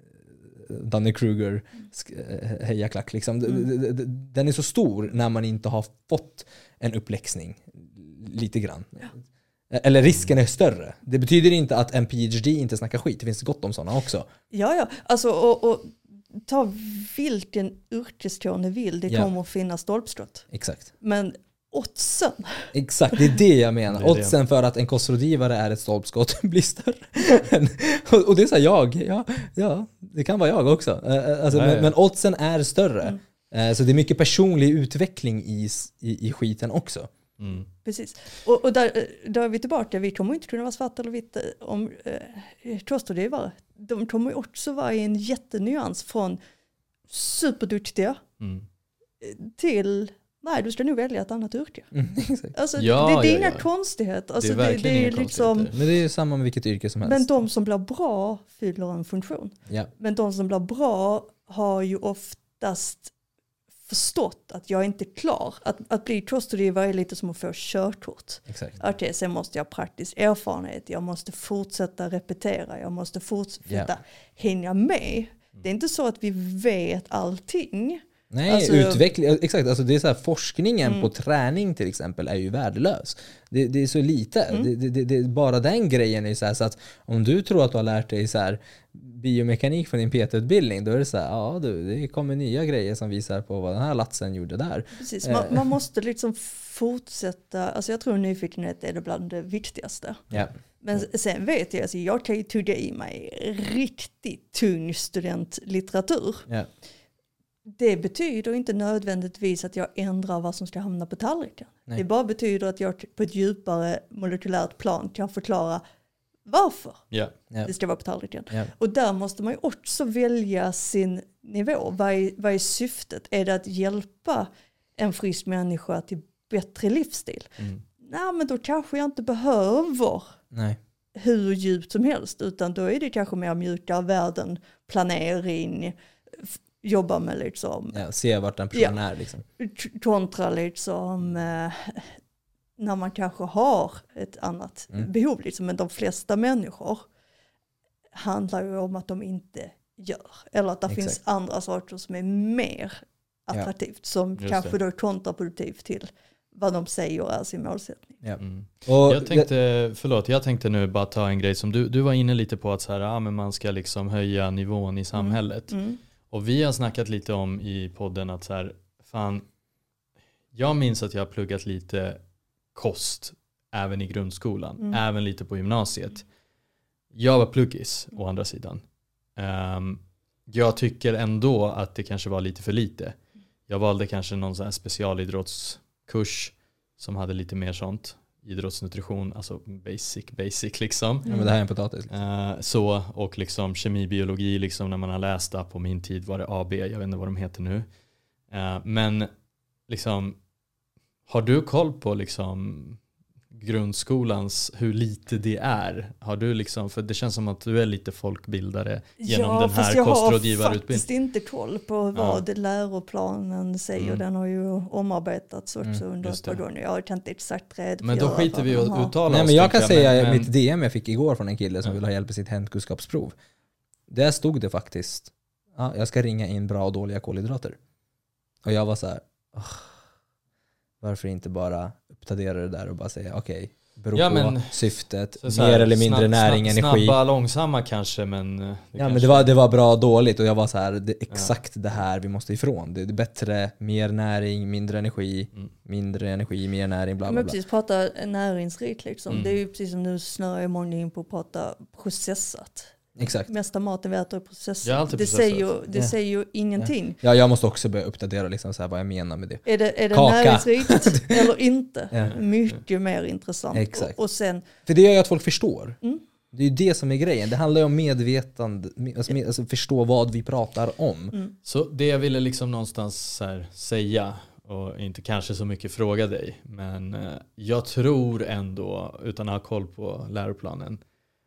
Danny Kruger hejaklack liksom. Mm. Den är så stor när man inte har fått en uppläxning lite grann. Ja. Eller risken är större. Det betyder inte att en P H D inte snackar skit. Det finns gott om sådana också. Ja, ja. Alltså, och, och ta vilken yrkeskår ni vill. Det ja. kommer att finnas stolpskott. Exakt. Men oddsen. Exakt, det är det jag menar. Det det. Oddsen för att en kostrådgivare är ett stolpskott blir större. Och det är så här, jag. Ja, ja, det kan vara jag också. Alltså, men, men oddsen är större. Mm. Så det är mycket personlig utveckling i, i, i skiten också. Mm. Precis. Och, och där, där är vi tillbaka. Vi kommer inte kunna vara svart eller vitt om eh, kostrådgivare. De kommer också vara i en jättenyans från superduktiga mm. till nej, du ska nog välja ett annat yrke. Mm, alltså, ja, det, det är ja, inga ja. konstigheter. Alltså, det är verkligen det, det är inga liksom, Men det är ju samma med vilket yrke som helst. men de som blir bra fyller en funktion. Ja. Men de som blir bra har ju oftast förstått att jag är inte klar. Att, att bli kostrådgivare är lite som att få körkort. Exakt. Okej, sen måste jag ha praktisk erfarenhet. Jag måste fortsätta repetera. Jag måste fortsätta yeah. hänga med. Det är inte så att vi vet allting. Nej, alltså, utveckling, exakt. Alltså det är så här, forskningen mm. på träning till exempel är ju värdelös. Det, det är så lite. Mm. Det, det, det, bara den grejen är så här, så att om du tror att du har lärt dig så här, biomekanik från din P T-utbildning, då är det så här, ja du, det kommer nya grejer som visar på vad den här latsen gjorde där. Precis, man, man måste liksom fortsätta, alltså jag tror nyfikenhet är det bland det viktigaste. Ja. Men sen vet jag, alltså jag kan ju tugga i mig riktigt tung studentlitteratur. Ja. det betyder inte nödvändigtvis att jag ändrar vad som ska hamna på tallriken. Nej. Det bara betyder att jag på ett djupare molekylärt plan kan förklara varför Yeah. Ja. det ska vara på tallriken. Ja. Och där måste man ju också välja sin nivå. Vad är, vad är syftet? Är det att hjälpa en frisk människa till bättre livsstil? Mm. Nej, men då kanske jag inte behöver Nej. hur djupt som helst, utan då är det kanske mer mjuka värden, planering, f- jobba med liksom, Ja, se vart den personen Ja. är liksom. t- kontra liksom eh, när man kanske har ett annat Mm. behov liksom, men de flesta människor handlar ju om att de inte gör, eller att det Exakt. finns andra saker som är mer attraktivt, som Just kanske det. då är kontraproduktivt till vad de säger är sin målsättning. Ja. Mm. Och Jag tänkte, förlåt, jag tänkte nu bara ta en grej som du, du var inne lite på att så här, ja, men man ska liksom höja nivån i samhället. Mm. Och vi har snackat lite om i podden att så här, fan, jag minns att jag har pluggat lite kost även i grundskolan, Mm. även lite på gymnasiet. Jag var pluggis å andra sidan. Um, jag tycker ändå att det kanske var lite för lite. Jag valde kanske någon sån här specialidrottskurs som hade lite mer sånt. Idrottsnutrition, alltså basic, basic liksom. ja, men det här är en potatis. Liksom. Uh, så, och liksom kemibiologi, liksom när man har läst det, på min tid var det A B, jag vet inte vad de heter nu. Uh, men liksom, har du koll på liksom grundskolans, hur lite det är? Har du liksom, för det känns som att du är lite folkbildare genom Ja, den fast här jag har kostrådgivarutbildningen. faktiskt inte koll på vad läroplanen säger. Mm. Den har ju omarbetats också Mm, under just ett par det. gånger. Jag kan inte exakt redogöra. Men då skiter vad vi i de att har. uttala Nej, oss. men jag kan tycker säga men, mitt D M jag fick igår från en kille som Ja. ville ha hjälp med sitt hemkunskapsprov. Där stod det faktiskt, ja, jag ska ringa in bra och dåliga kolhydrater. Och jag var så här, "Åh, varför inte bara uppdatera det där och bara säga okej, beror Ja, på men- syftet, så så här, mer eller mindre snabb, näring, snabb, energi. Snabba, långsamma kanske, men... eh, Det Ja, kanske, men det var, det var bra och dåligt och jag var så här, det är exakt det här vi måste ifrån. Det är bättre, mer näring, mindre energi, Mm. mindre energi, mer näring, bla bla Men bla. precis, prata näringsrikt liksom. Mm. Det är ju precis som nu snöar jag många in på att prata processat. Exakt. Mesta maten vi äter är processat. Ja, alltid det processat. säger ju, det Ja. säger ju ingenting. Ja, jag måste också börja uppdatera liksom så här vad jag menar med det. Är det, är det Kaka. näringsrikt eller inte? Ja. Mycket mer intressant. Exakt. Och, och sen, För det gör ju att folk förstår. Mm. Det är ju det som är grejen. Det handlar ju om medvetande, alltså, med, alltså förstå vad vi pratar om. mm, Så det jag ville liksom någonstans så här säga, och inte kanske så mycket fråga dig, men eh, jag tror ändå, utan att ha koll på läroplanen,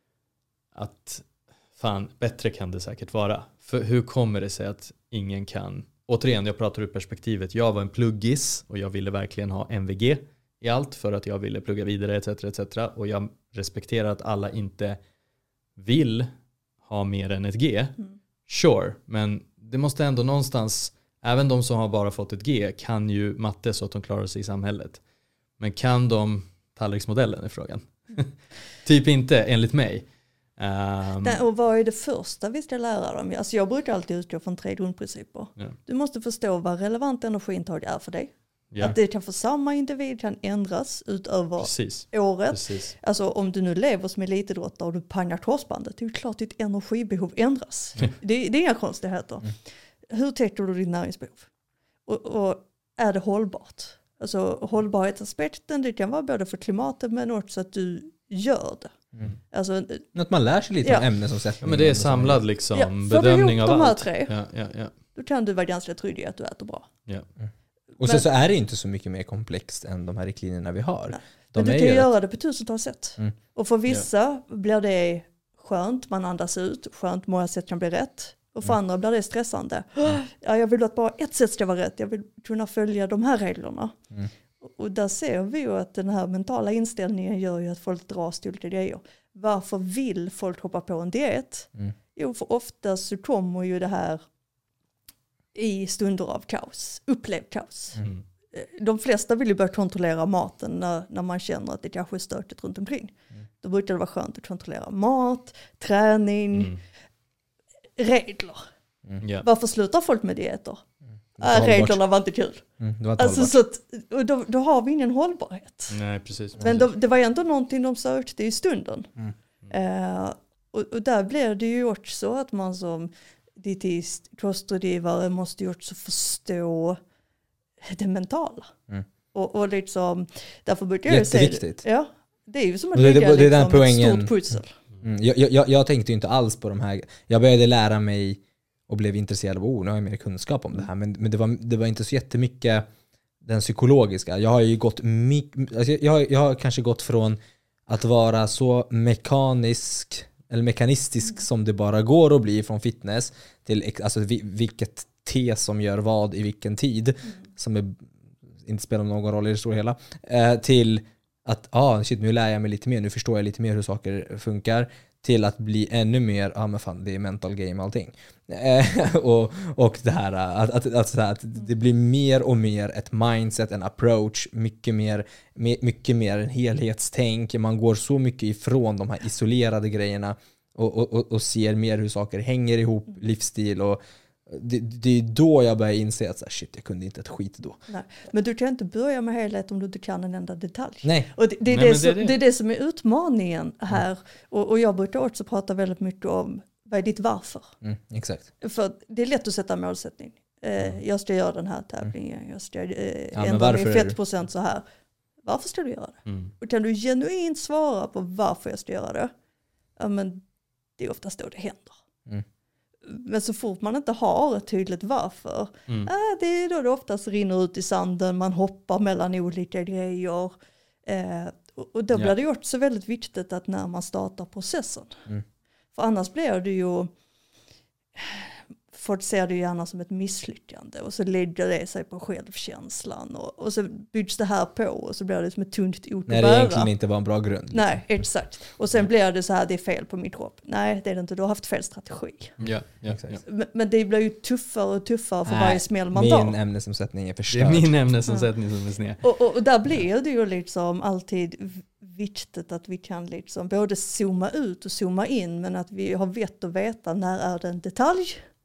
att fan, bättre kan det säkert vara. För hur kommer det sig att ingen kan, återigen, jag pratar ur perspektivet, jag var en pluggis och jag ville verkligen ha M V G i allt för att jag ville plugga vidare etc, et cetera. Och jag respekterar att alla inte vill ha mer än ett G. mm. Sure, men det måste ändå någonstans, även de som har bara fått ett G kan ju matte så att de klarar sig i samhället. Men kan de tallriksmodellen, är frågan. Typ inte, enligt mig. Um, Nej, och vad är det första vi ska lära dem? Alltså jag brukar alltid utgå från tre grundprinciper. Ja. Du måste förstå vad relevant energiintag är för dig. ja, Att det kan för samma individ kan ändras utöver precis. året. precis. Alltså om du nu lever som elitidrottare och du pangar korsbandet, det är ju klart att ditt energibehov ändras. det, det är inga konstigheter. Mm. Hur täcker du ditt näringsbehov? Och, och är det hållbart? Alltså hållbarhetsaspekten, det kan vara både för klimatet men också att du gör det. Mm. Alltså, Att man lär sig lite Ja. om ämnesomsättning. Ja, men det är och så. samlad liksom Ja, får du bedömning ihop av de här allt. tre? Ja, ja, ja. då kan du vara ganska trygg i att du äter bra. ja. Och sen men- så är det inte så mycket mer komplext än de här riktlinjerna vi har. Nej. De Men du är kan ju ju rätt- göra det på tusentals sätt. Mm. Och för vissa blir det skönt, man andas ut, skönt, många sätt kan bli rätt. Och för Mm. andra blir det stressande. Ja, jag vill att bara ett sätt ska vara rätt, jag vill kunna följa de här reglerna. Mm. Och där ser vi ju att den här mentala inställningen gör ju att folk dras till olika grejer. Varför vill folk hoppa på en diet? Mm. Jo, för ofta så kommer ju det här i stunder av kaos, upplevd kaos. Mm. De flesta vill ju börja kontrollera maten när, när man känner att det kanske är stökigt runt omkring. Mm. Då brukar det vara skönt att kontrollera mat, träning, Mm. regler. Ja. Varför slutar folk med dieter? Det var Äh, hållbart. reglerna var inte kul. Mm, det var inte Alltså, hållbart. så att, och då, då har vi ingen hållbarhet. Nej, precis. Men de, det var ändå någonting de sökte i stunden. Mm. Eh, och, och där blir det ju också att man som dietist, kostrådgivare måste ju också förstå det mentala. Mm. Och, och liksom, därför brukar jag säga det. Ja, det är ju som att det, lägga det, det, liksom, det ett stort pussel. Mm. Jag, jag, jag tänkte ju inte alls på de här. Jag började lära mig och blev intresserad av ord. Nu har jag mer kunskap om det här. Men, men det, var, det var inte så jättemycket den psykologiska. Jag har ju gått mycket, alltså jag, jag har kanske gått från att vara så mekanisk eller mekanistisk mm. som det bara går att bli från fitness till alltså vilket te som gör vad i vilken tid mm. som är, inte spelar någon roll i det stora hela eh, till att ah, shit, nu lär jag mig lite mer, nu förstår jag lite mer hur saker funkar, till att bli ännu mer, ja ah, men fan, det är mental game allting. Eh, och, och det här att, att, att, att det blir mer och mer ett mindset, en approach, mycket mer, mycket mer en helhetstänk. Man går så mycket ifrån de här isolerade grejerna och, och, och ser mer hur saker hänger ihop, livsstil och Det, det är då jag börjar inse att så här, shit, jag kunde inte ett skit då. Nej. Men du kan inte börja med helhet om du inte kan en enda detalj. Nej. Och det, det, är, Nej, det, som, det, är det. det är det som är utmaningen här. Mm. Och, och jag brukar också prata väldigt mycket om vad är ditt varför. Mm, exakt. För det är lätt att sätta målsättning. Eh, mm. Jag ska göra den här tävlingen. Mm. Jag ska eh, ja, ändra min fettprocent så här. Varför ska du göra det? Mm. Och kan du genuint svara på varför jag ska göra det? Ja, men det är oftast då det händer. Mm. Men så fort man inte har ett tydligt varför, mm. äh, det är då det oftast rinner ut i sanden, man hoppar mellan olika grejer. Eh, och, och då blir yeah. det ju också väldigt viktigt att när man startar processen. Mm. För annars blir det ju, folk ser det ju gärna som ett misslyckande och så lägger det sig på självkänslan och, och så byggs det här på och så blir det som ett tungt ok att bära. När det egentligen inte var en bra grund. Liksom. Nej, exakt. Och sen blir det så här, det är fel på mitt kropp. Nej, det är det inte, du har haft fel strategi. Ja, ja, ja. Men, men det blir ju tuffare och tuffare för Nej, varje smäll man min tar. Min ämnesomsättning är förstörd. Det är min ämnesomsättning som är sned. Och, och, och där blir det ju liksom alltid viktigt att vi kan liksom både zooma ut och zooma in, men att vi har vett att veta när är det en detalj.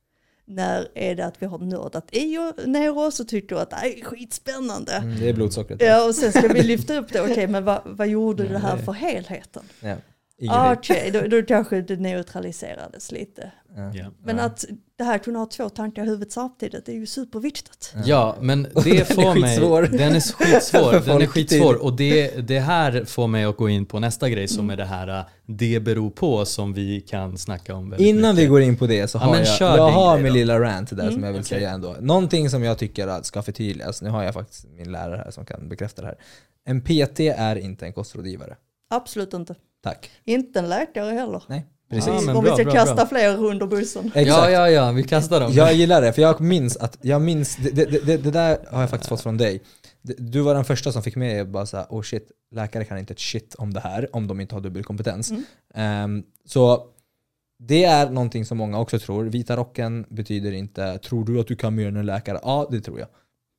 När är det att vi har nördat i och ner oss och tycker att det är skitspännande. Mm, det är blodsockret. Ja, och sen ska vi lyfta upp det. Okej, okay, men vad, vad gjorde ja, det här det. för helheten? Ja. Okej, okay, då, då kanske det neutraliserades lite. Ja. Men ja. att det här kunde ha två tankar i huvudet samtidigt, det är ju superviktigt. Ja, ja men det får den mig... Den är skitsvår. Den är skitsvår. Och det, det här får mig att gå in på nästa grej som mm. är det här det beror på som vi kan snacka om väldigt Innan mycket. vi går in på det så har ja, jag, jag har min lilla rant där mm. som jag vill okay. säga ändå. Någonting som jag tycker att ska förtydligas. Nu har jag faktiskt min lärare här som kan bekräfta det här. En P T är inte en kostrådgivare. Absolut inte. Tack. Inte en läkare heller. Nej. Precis. Ja, om bra, vi ska bra, kasta bra. fler under bussen. Exakt. Ja, ja, ja, vi kastar dem. Jag gillar det, för jag minns att jag minns det, det, det, det där har jag faktiskt fått från dig. Du var den första som fick med bara så här, oh shit, läkare kan inte ett shit om det här om de inte har dubbelkompetens. Mm. Um, så det är någonting som många också tror. Vita rocken betyder inte, tror du att du kan mer än en läkare? Ja, det tror jag.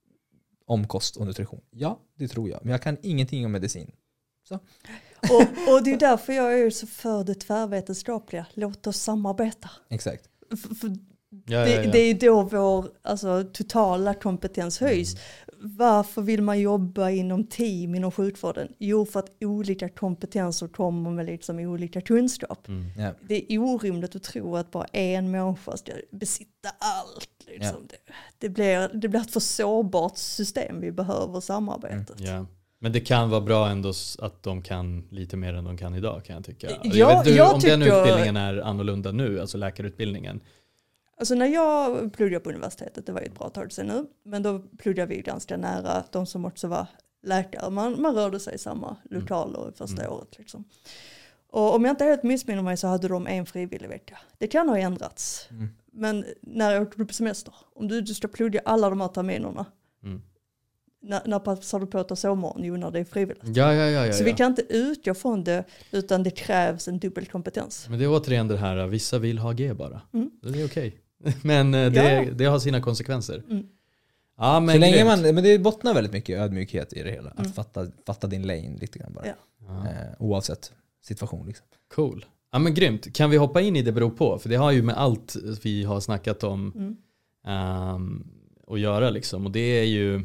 Om kost och nutrition. Ja, det tror jag. Men jag kan ingenting om medicin. Så. Och, och det är därför jag är så för det tvärvetenskapliga. Låt oss samarbeta. Exakt. För, för ja, det, ja, ja. det är då vår alltså, totala kompetens höjs. Mm. Varför vill man jobba inom team inom sjukvården? Jo, för att olika kompetenser kommer med liksom olika kunskap. Mm. Yeah. Det är orimligt att tro att bara en människa ska besitta allt. Liksom. Yeah. Det, det, blir, det blir ett för sårbart system. Vi behöver samarbetet. Mm. Yeah. Men det kan vara bra ändå att de kan lite mer än de kan idag, kan jag tycka. Ja, jag vet inte jag om tycker... den utbildningen är annorlunda nu, alltså läkarutbildningen. Alltså när jag pluggade på universitetet, det var ju ett bra tag sedan nu, men då pluggade vi ganska nära de som också var läkare. Man, man rörde sig i samma lokaler mm. första mm. året. Liksom. Och om jag inte helt missminner mig så hade de en frivillig vecka. Det kan ha ändrats. Mm. Men när jag åkte på semester, om du, du ska plugga alla de här terminerna, mm. När, när passar du på att ta sovmorgon? Jo, när det är frivilligt. Ja, ja, ja, ja, så vi kan inte utgå från det, utan det krävs en dubbelkompetens. Men det är återigen det här, vissa vill ha G bara. Mm. Det är okej. Men det, ja. det har sina konsekvenser. Mm. Ja, men, så länge man, men det bottnar väldigt mycket ödmjukhet i det hela. Mm. Att fatta, fatta din lane lite grann bara. Ja. Eh, oavsett situation. Liksom. Cool. Ja, men grymt. Kan vi hoppa in i det beror på? För det har ju med allt vi har snackat om mm. um, att göra. Liksom. Och det är ju...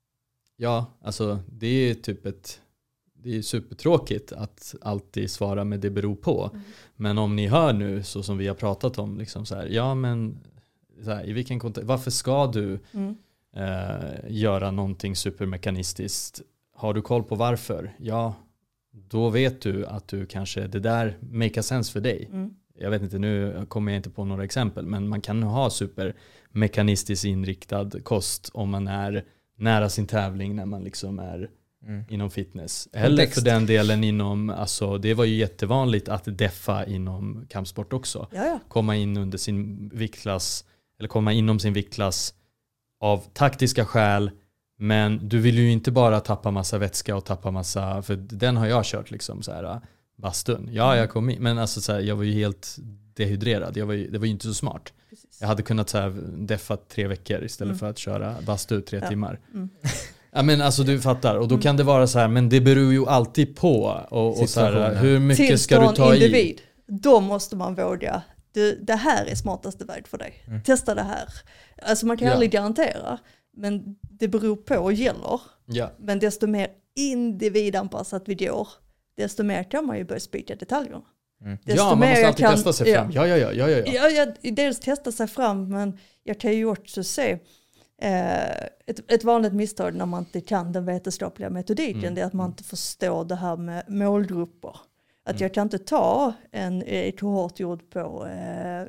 Ja, alltså det är typ ett, det är supertråkigt att alltid svara med det beror på. Mm. Men om ni hör nu så som vi har pratat om, liksom så här, ja men så här, i vilken kontext, varför ska du Mm. eh, göra någonting supermekanistiskt? Har du koll på varför? Ja, då vet du att du kanske, det där make sense för dig. Mm. Jag vet inte, nu kommer jag inte på några exempel, men man kan ha supermekanistiskt inriktad kost om man är nära sin tävling, när man liksom är mm. inom fitness. Eller Kontext. för den delen inom, alltså det var ju jättevanligt att deffa inom kampsport också. Jaja. Komma in under sin viktklass, eller komma inom sin viktklass av taktiska skäl, men du vill ju inte bara tappa massa vätska och tappa massa, för den har jag kört liksom så här bastun. Ja, jag kom in, men alltså så här, jag var ju helt dehydrerad. Jag var ju, det var ju inte så smart. Precis. Jag hade kunnat så här deffa tre veckor istället mm. för att köra bastu tre ja. timmar. Mm. Ja, men alltså du fattar. Och då mm. kan det vara så här, men det beror ju alltid på. Och, och så här, hur mycket Tills ska du ta individ, i? Då måste man våga. Du, det här är smartaste väg för dig. Mm. Testa det här. Alltså man kan ja. aldrig garantera. Men det beror på och gäller. Ja. Men desto mer individanpassat vi går, desto mer kan man ju börja spika detaljerna. Mm. Ja, man måste alltid kan, testa sig fram. Ja, ja, ja, ja, ja. ja, ja dels testa sig fram, men jag kan ju också se eh, ett, ett vanligt misstag när man inte kan den vetenskapliga metodiken, mm. det är att man inte förstår det här med målgrupper. Att mm. jag kan inte ta en eh, kohort gjord på eh,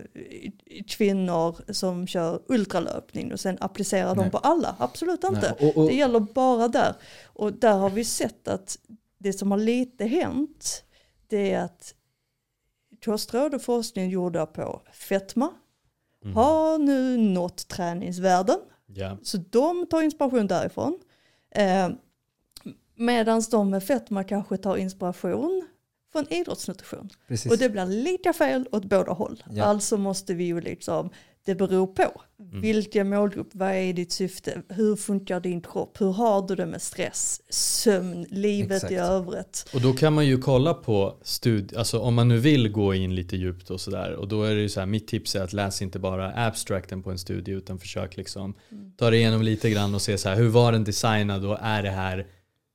kvinnor som kör ultralöpning och sen applicera Nej. dem på alla. Absolut inte. Och, och, det gäller bara där. Och där har vi sett att det som har lite hänt, det är att kostråd och forskning gjorda på fetma mm. har nu nått träningsvärden. Yeah. Så de tar inspiration därifrån. Eh, Medan de med fetma kanske tar inspiration från idrottsnutrition. Precis. Och det blir lika fel åt båda håll. Ja. Alltså måste vi ju liksom, det beror på. Mm. Vilken målgrupp, vad är ditt syfte? Hur funkar din kropp? Hur har du det med stress, sömn, livet Exakt. i övrigt? Och då kan man ju kolla på studier, alltså om man nu vill gå in lite djupt och sådär. Och då är det ju så här, mitt tips är att läsa inte bara abstracten på en studie, utan försök liksom mm. ta det igenom lite grann och se så här, hur var den designad och är det här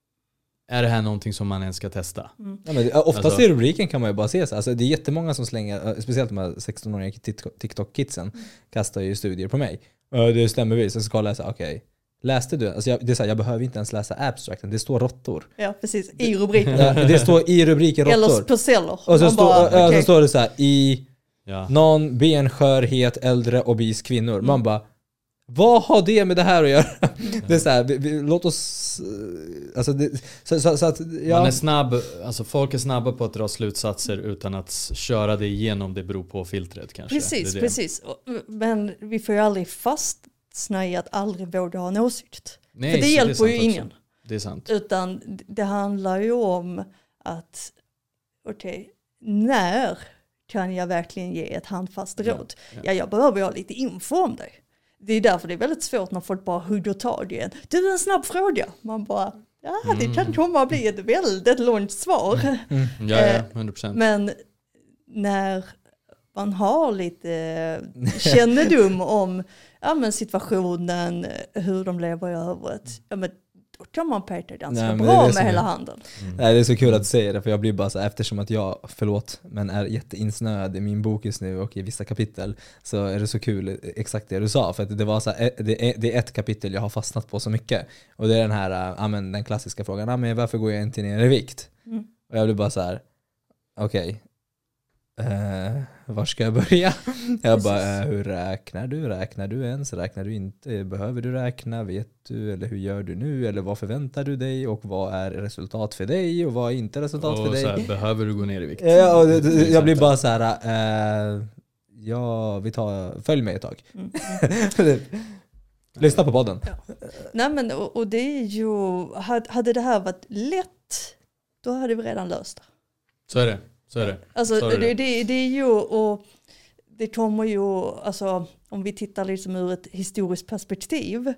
Är det här någonting som man ens ska testa? Mm. Ja, men oftast alltså, i rubriken kan man ju bara se så. Alltså, det är jättemånga som slänger, speciellt de här sexton-åriga TikTok-kidsen, mm. kastar ju studier på mig. Det stämmer visst. Så ska jag läsa, okej. Okay. Läste du? Alltså jag, det är så här, jag behöver inte ens läsa abstracten. Det står råttor. Ja, precis. I rubriken. Ja, det står i rubriken råttor. Eller på celler. Och så, stå, bara, okay. så står det så här, i ja. någon benskörhet äldre obis kvinnor. Mm. Man bara, vad har det med det här att göra? Mm. Det är så här, vi, vi, låt oss alltså det, så, så, så att, ja. Man är snabb, alltså folk är snabba på att dra slutsatser utan att köra det igenom, det beror på filtret kanske. Precis, det det. precis. Men vi får ju aldrig fastna i att aldrig våga ha en åsikt. Nej, för det hjälper det ju ingen. Också. Det är sant. Utan det handlar ju om att okej, okay, när kan jag verkligen ge ett handfast råd? Ja, ja. ja, jag behöver ha lite info om dig. Det är därför det är väldigt svårt när folk bara hugger tag i en. Du, en snabb fråga. Man bara, ja det mm. kan komma att bli ett väldigt långt svar. Mm. Ja, ja, hundra procent. Men när man har lite kännedom om ja, men situationen, hur de lever i övrigt, ja, men då kan man peka ganska Nej, bra med hela handen. Mm. Nej, det är så kul att säga det, för jag blir bara så, eftersom att jag, förlåt, men är jätteinsnöad i min bok just nu och i vissa kapitel, så är det så kul exakt det du sa, för att det var så här, det, är, det är ett kapitel jag har fastnat på så mycket, och det är den här, ja, men den klassiska frågan, ja, men varför går jag inte ner i vikt? Mm. Och jag blir bara så här, okej, okay. Uh, var ska jag börja? Jag bara, uh, hur räknar du? Räknar du ens? Räknar du inte? Behöver du räkna? Vet du? Eller hur gör du nu? Eller vad förväntar du dig? Och vad är resultat för dig? Och vad är inte resultat och för dig? Så här, behöver du gå ner i vikt? Ja, och det, det, jag blir bara så här, uh, ja, vi tar, följ mig ett tag. Mm. Lyssna på podden. Ja. Nej, men och, och det är ju, hade det här varit lätt, då hade vi redan löst det. Så är det. Så är det. Alltså, Så är det. Det, det är ju, och det kommer ju, alltså, om vi tittar liksom ur ett historiskt perspektiv,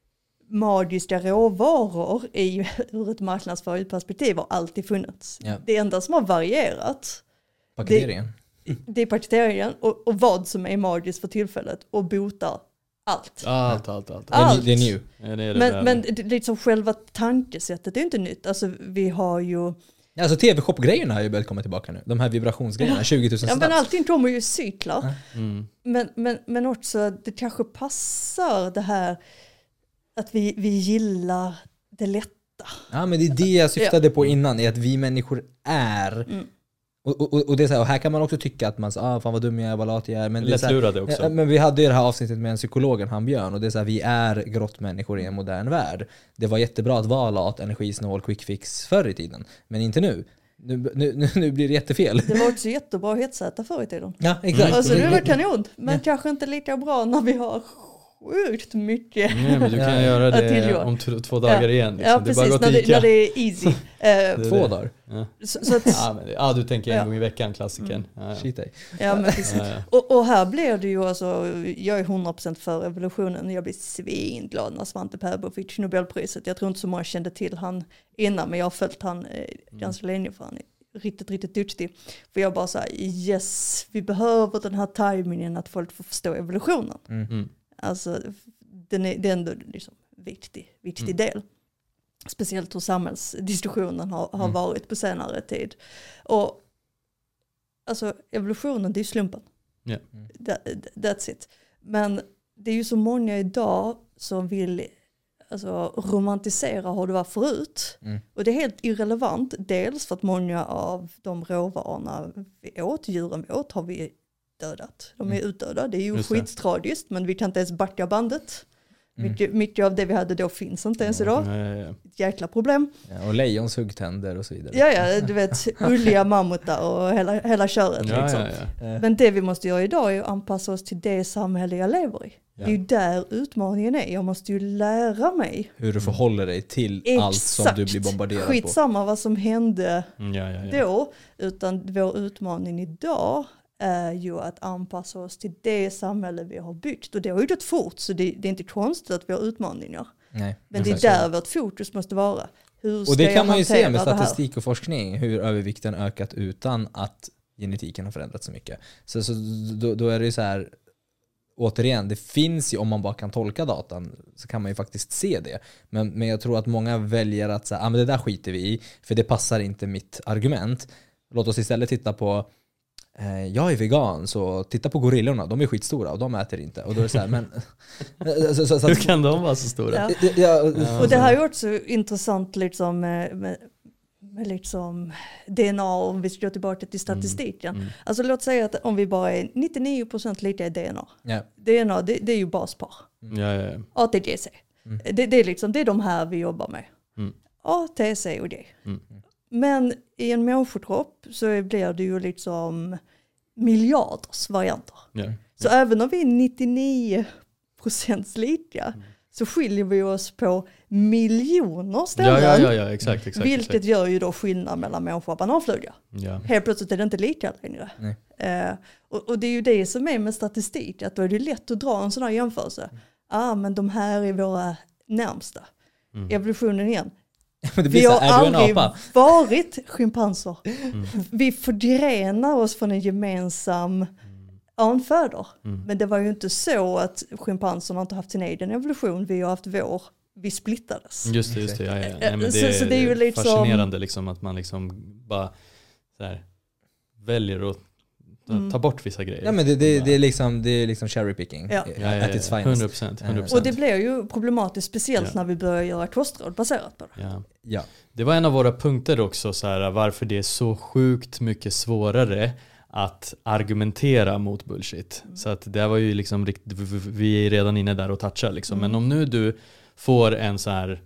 magiska råvaror är ju, ur ett marknadsföringsperspektiv har alltid funnits. Ja. Det enda som har varierat, paketeringen. Det, det är paketeringen och, och vad som är magiskt för tillfället och botar allt. Allt, allt, allt. allt. Det är new. Ja, det är det men men det, liksom själva tankesättet är inte nytt. Alltså vi har ju Alltså tv-shop-grejerna har ju börjat komma tillbaka nu. De här vibrationsgrejerna, ja. tjugo tusen ja, snaps. men allting kommer ju i cyklar. Mm. Men, men, men också det kanske passar det här att vi, vi gillar det lätta. Ja, men det är det jag syftade på innan, är att vi människor är. Mm. Och, och, och, det är så här, och här kan man också tycka att man säger, ah, fan vad dum jag är, vad lat jag är. Men det är så här, Lättlurade också. men vi hade ju det här avsnittet med en psykologen, han Björn, och det är så här, vi är grottmänniskor i en modern värld. Det var jättebra att vara lat, energisnål, quick fix förr i tiden, men inte nu. Nu, nu, nu blir det jättefel. Det var också jättebra att hetsäta förr i tiden. Ja, exakt. Mm. Alltså det var kanon, men ja. kanske inte lika bra när vi har sjukt mycket. Nej, men du kan ja. göra det om t- två dagar ja. igen. Liksom. Ja, precis, det är bara när, det, när det är easy. Uh, det två dagar? Ja. Så, så att, ja, men, ja, du tänker en ja. gång i veckan, klassikern. Ja, ja. Shit, ja, men precis. Ja, ja. Och, och här blir det ju alltså, jag är hundra procent för evolutionen. Jag blir svinglad när Svante Pääbo fick Nobelpriset. Jag tror inte så många kände till han innan, men jag har följt han eh, ganska mm. länge för han är riktigt, riktigt duktig. För jag bara såhär, yes, vi behöver den här tajmingen att folk får förstå evolutionen. Mm. Alltså, den är, det är ändå liksom viktig, viktig mm. del. Speciellt hur samhällsdiskussionen har, har mm. varit på senare tid. Och alltså evolutionen, det är slumpen. Yeah. That, that's it. Men det är ju så många idag som vill alltså, romantisera hur det var förut. Mm. Och det är helt irrelevant. Dels för att många av de råvarorna vi åt, djuren vi åt, har vi dödat. De är mm. utdöda. Det är ju skittragiskt, men vi kan inte ens backa bandet. Mm. Mycket, mycket av det vi hade då finns inte ens idag. Ja, ja, ja. Ett jäkla problem. Ja, och lejons huggtänder och så vidare. Ja, ja, du vet, ulliga mammutar och hela, hela köret. Ja, liksom. ja, ja. Men det vi måste göra idag är att anpassa oss till det samhälle jag lever i. Ja. Det är ju där utmaningen är. Jag måste ju lära mig. Hur du förhåller dig till Exakt. allt som du blir bombarderad Skitsamma på. Skitsamma vad som hände ja, ja, ja. då. Utan vår utmaning idag är ju att anpassa oss till det samhälle vi har byggt. Och det har ju gått fort, så det, det är inte konstigt att vi har utmaningar. Nej, men det är där vårt fokus måste vara. Hur och det kan man ju se med statistik och forskning, hur övervikten ökat utan att genetiken har förändrats så mycket. Så, så då, då är det ju så här, återigen, det finns ju, om man bara kan tolka datan så kan man ju faktiskt se det. Men, men jag tror att många väljer att säga, ah, men det där skiter vi i, för det passar inte mitt argument. Låt oss istället titta på jag är vegan, så titta på gorillorna, de är skitstora och de äter inte. Och då är det så här, men så, så, så, Hur kan de vara så stora? Ja. Ja, och, och det här är ju också intressant liksom med, med, med liksom D N A, om vi ska gå tillbaka till statistiken. Mm. Mm. Alltså låt säga att om vi bara är nittionio procent lika i D N A. Yeah. D N A, det, det är ju baspar. Mm. Ja, ja, ja. A T G C. Mm. Det, det, är liksom, det är de här vi jobbar med. Mm. A, T, C och G. Mm. Men i en människokropp så blir det ju liksom miljarders varianter. Yeah. Så yeah. även om vi är nittionio procent lika mm. så skiljer vi oss på miljoner ställen. Ja, ja, ja, ja exakt, exakt. Vilket exakt. gör ju då skillnad mellan människor och bananfluga. Ja. Helt plötsligt är det inte lika längre. Eh, och, och det är ju det som är med statistik, att då är det lätt att dra en sån här jämförelse. Mm. Ah, men de här är våra närmsta. Mm. Evolutionen igen. Vi har aldrig varit schimpanser. Mm. Vi förgrenar oss från en gemensam mm. anföder. Mm. Men det var ju inte så att schimpanserna inte haft sin egen evolution. Vi har haft vår. Vi splittades. Just det, just det. Ja, ja. Nej, men det, så, så det är ju liksom fascinerande liksom, att man liksom bara så här, väljer att mm. ta bort vissa grejer. Ja, men det, det, det, är, liksom, det är liksom cherry picking. Ja. Ja, ja, ja, ja. hundra procent, hundra procent. Och det blir ju problematiskt, speciellt ja. när vi börjar göra kostråd baserat på det. Ja. Ja. Det var en av våra punkter också, så här, varför det är så sjukt mycket svårare att argumentera mot bullshit. Mm. Så att det var ju liksom, vi är redan inne där och touchar liksom. Mm. Men om nu du får en så här,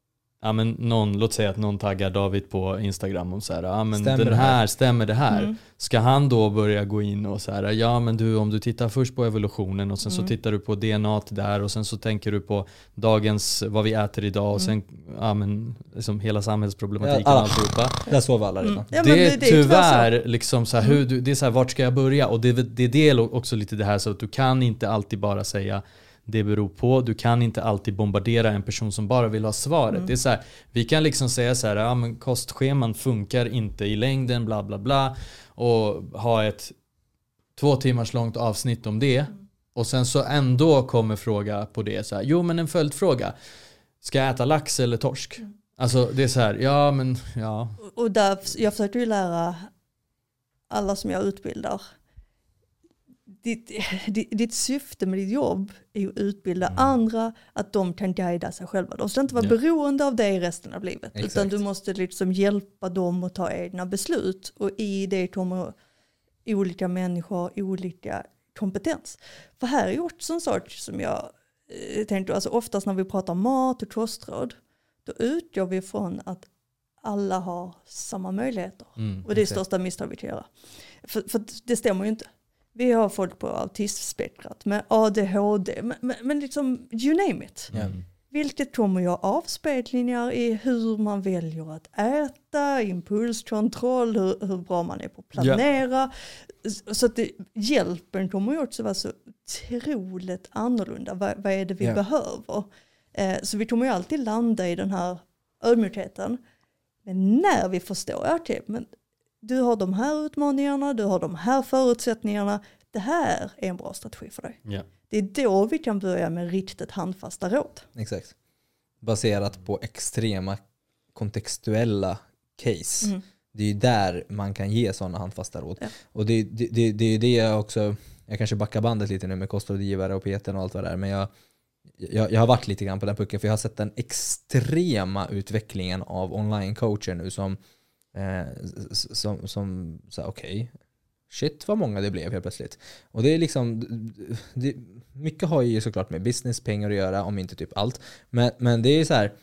ja men någon, låt säga att någon taggar David på Instagram och så här, ja men stämmer den här, här stämmer det här. Mm. Ska han då börja gå in och så här, ja men du, om du tittar först på evolutionen och sen mm. så tittar du på D N A där och sen så tänker du på dagens, vad vi äter idag och sen, mm. ja men liksom hela samhällsproblematiken ja, och alltihopa. Där sover alla redan. Mm. Ja, det, det, är det tyvärr är liksom så här, hur du, det är så här, vart ska jag börja? Och det, det är det också lite det här, så att du kan inte alltid bara säga det beror på. Du kan inte alltid bombardera en person som bara vill ha svaret. Mm. Det är så här, vi kan liksom säga så här, ja men kostscheman funkar inte i längden, bla bla bla. Och ha ett två timmars långt avsnitt om det. Mm. Och sen så ändå kommer fråga på det så här, jo men en följdfråga. Ska jag äta lax eller torsk? Mm. Alltså det är så här, ja men ja. Och, och där, jag försöker ju lära alla som jag utbildar. Ditt, ditt, ditt syfte med ditt jobb är att utbilda mm. andra, att de kan guida sig själva. De ska inte vara ja. beroende av det i resten av livet. Exakt. Utan du måste liksom hjälpa dem att ta egna beslut. Och i det kommer olika människor, olika kompetens. För här är också en sak som jag eh, tänkte, alltså oftast när vi pratar mat och kostråd, då utgår vi från att alla har samma möjligheter. Mm, och det är det största misstag vi kan göra. För, för det stämmer ju inte. Vi har folk på autismspektrat med A D H D, men, men, men liksom you name it. Mm. Vilket kommer ju avspeglingar i hur man väljer att äta, impulskontroll, hur, hur bra man är på att planera. Yeah. Så att det, hjälpen kommer ju också vara så otroligt annorlunda. Vad, vad är det vi yeah. behöver? Eh, så vi kommer ju alltid landa i den här ödmjukheten. Men när vi förstår, okej, okay, men du har de här utmaningarna, du har de här förutsättningarna. Det här är en bra strategi för dig. Yeah. Det är då vi kan börja med riktigt handfasta råd. Exakt. Baserat på extrema kontextuella case. Mm. Det är ju där man kan ge sådana handfasta råd. Ja. Och det, det, det, det är ju det jag också, jag kanske backar bandet lite nu med kostrådgivare och P T och allt vad det är, men jag, jag, jag har varit lite grann på den pucken, för jag har sett den extrema utvecklingen av online-coacher nu som eh, som, som så okej, okay. Shit vad många det blev helt plötsligt. Och det är liksom det, mycket har ju såklart med business, pengar att göra, om inte typ allt. Men, men det är så här,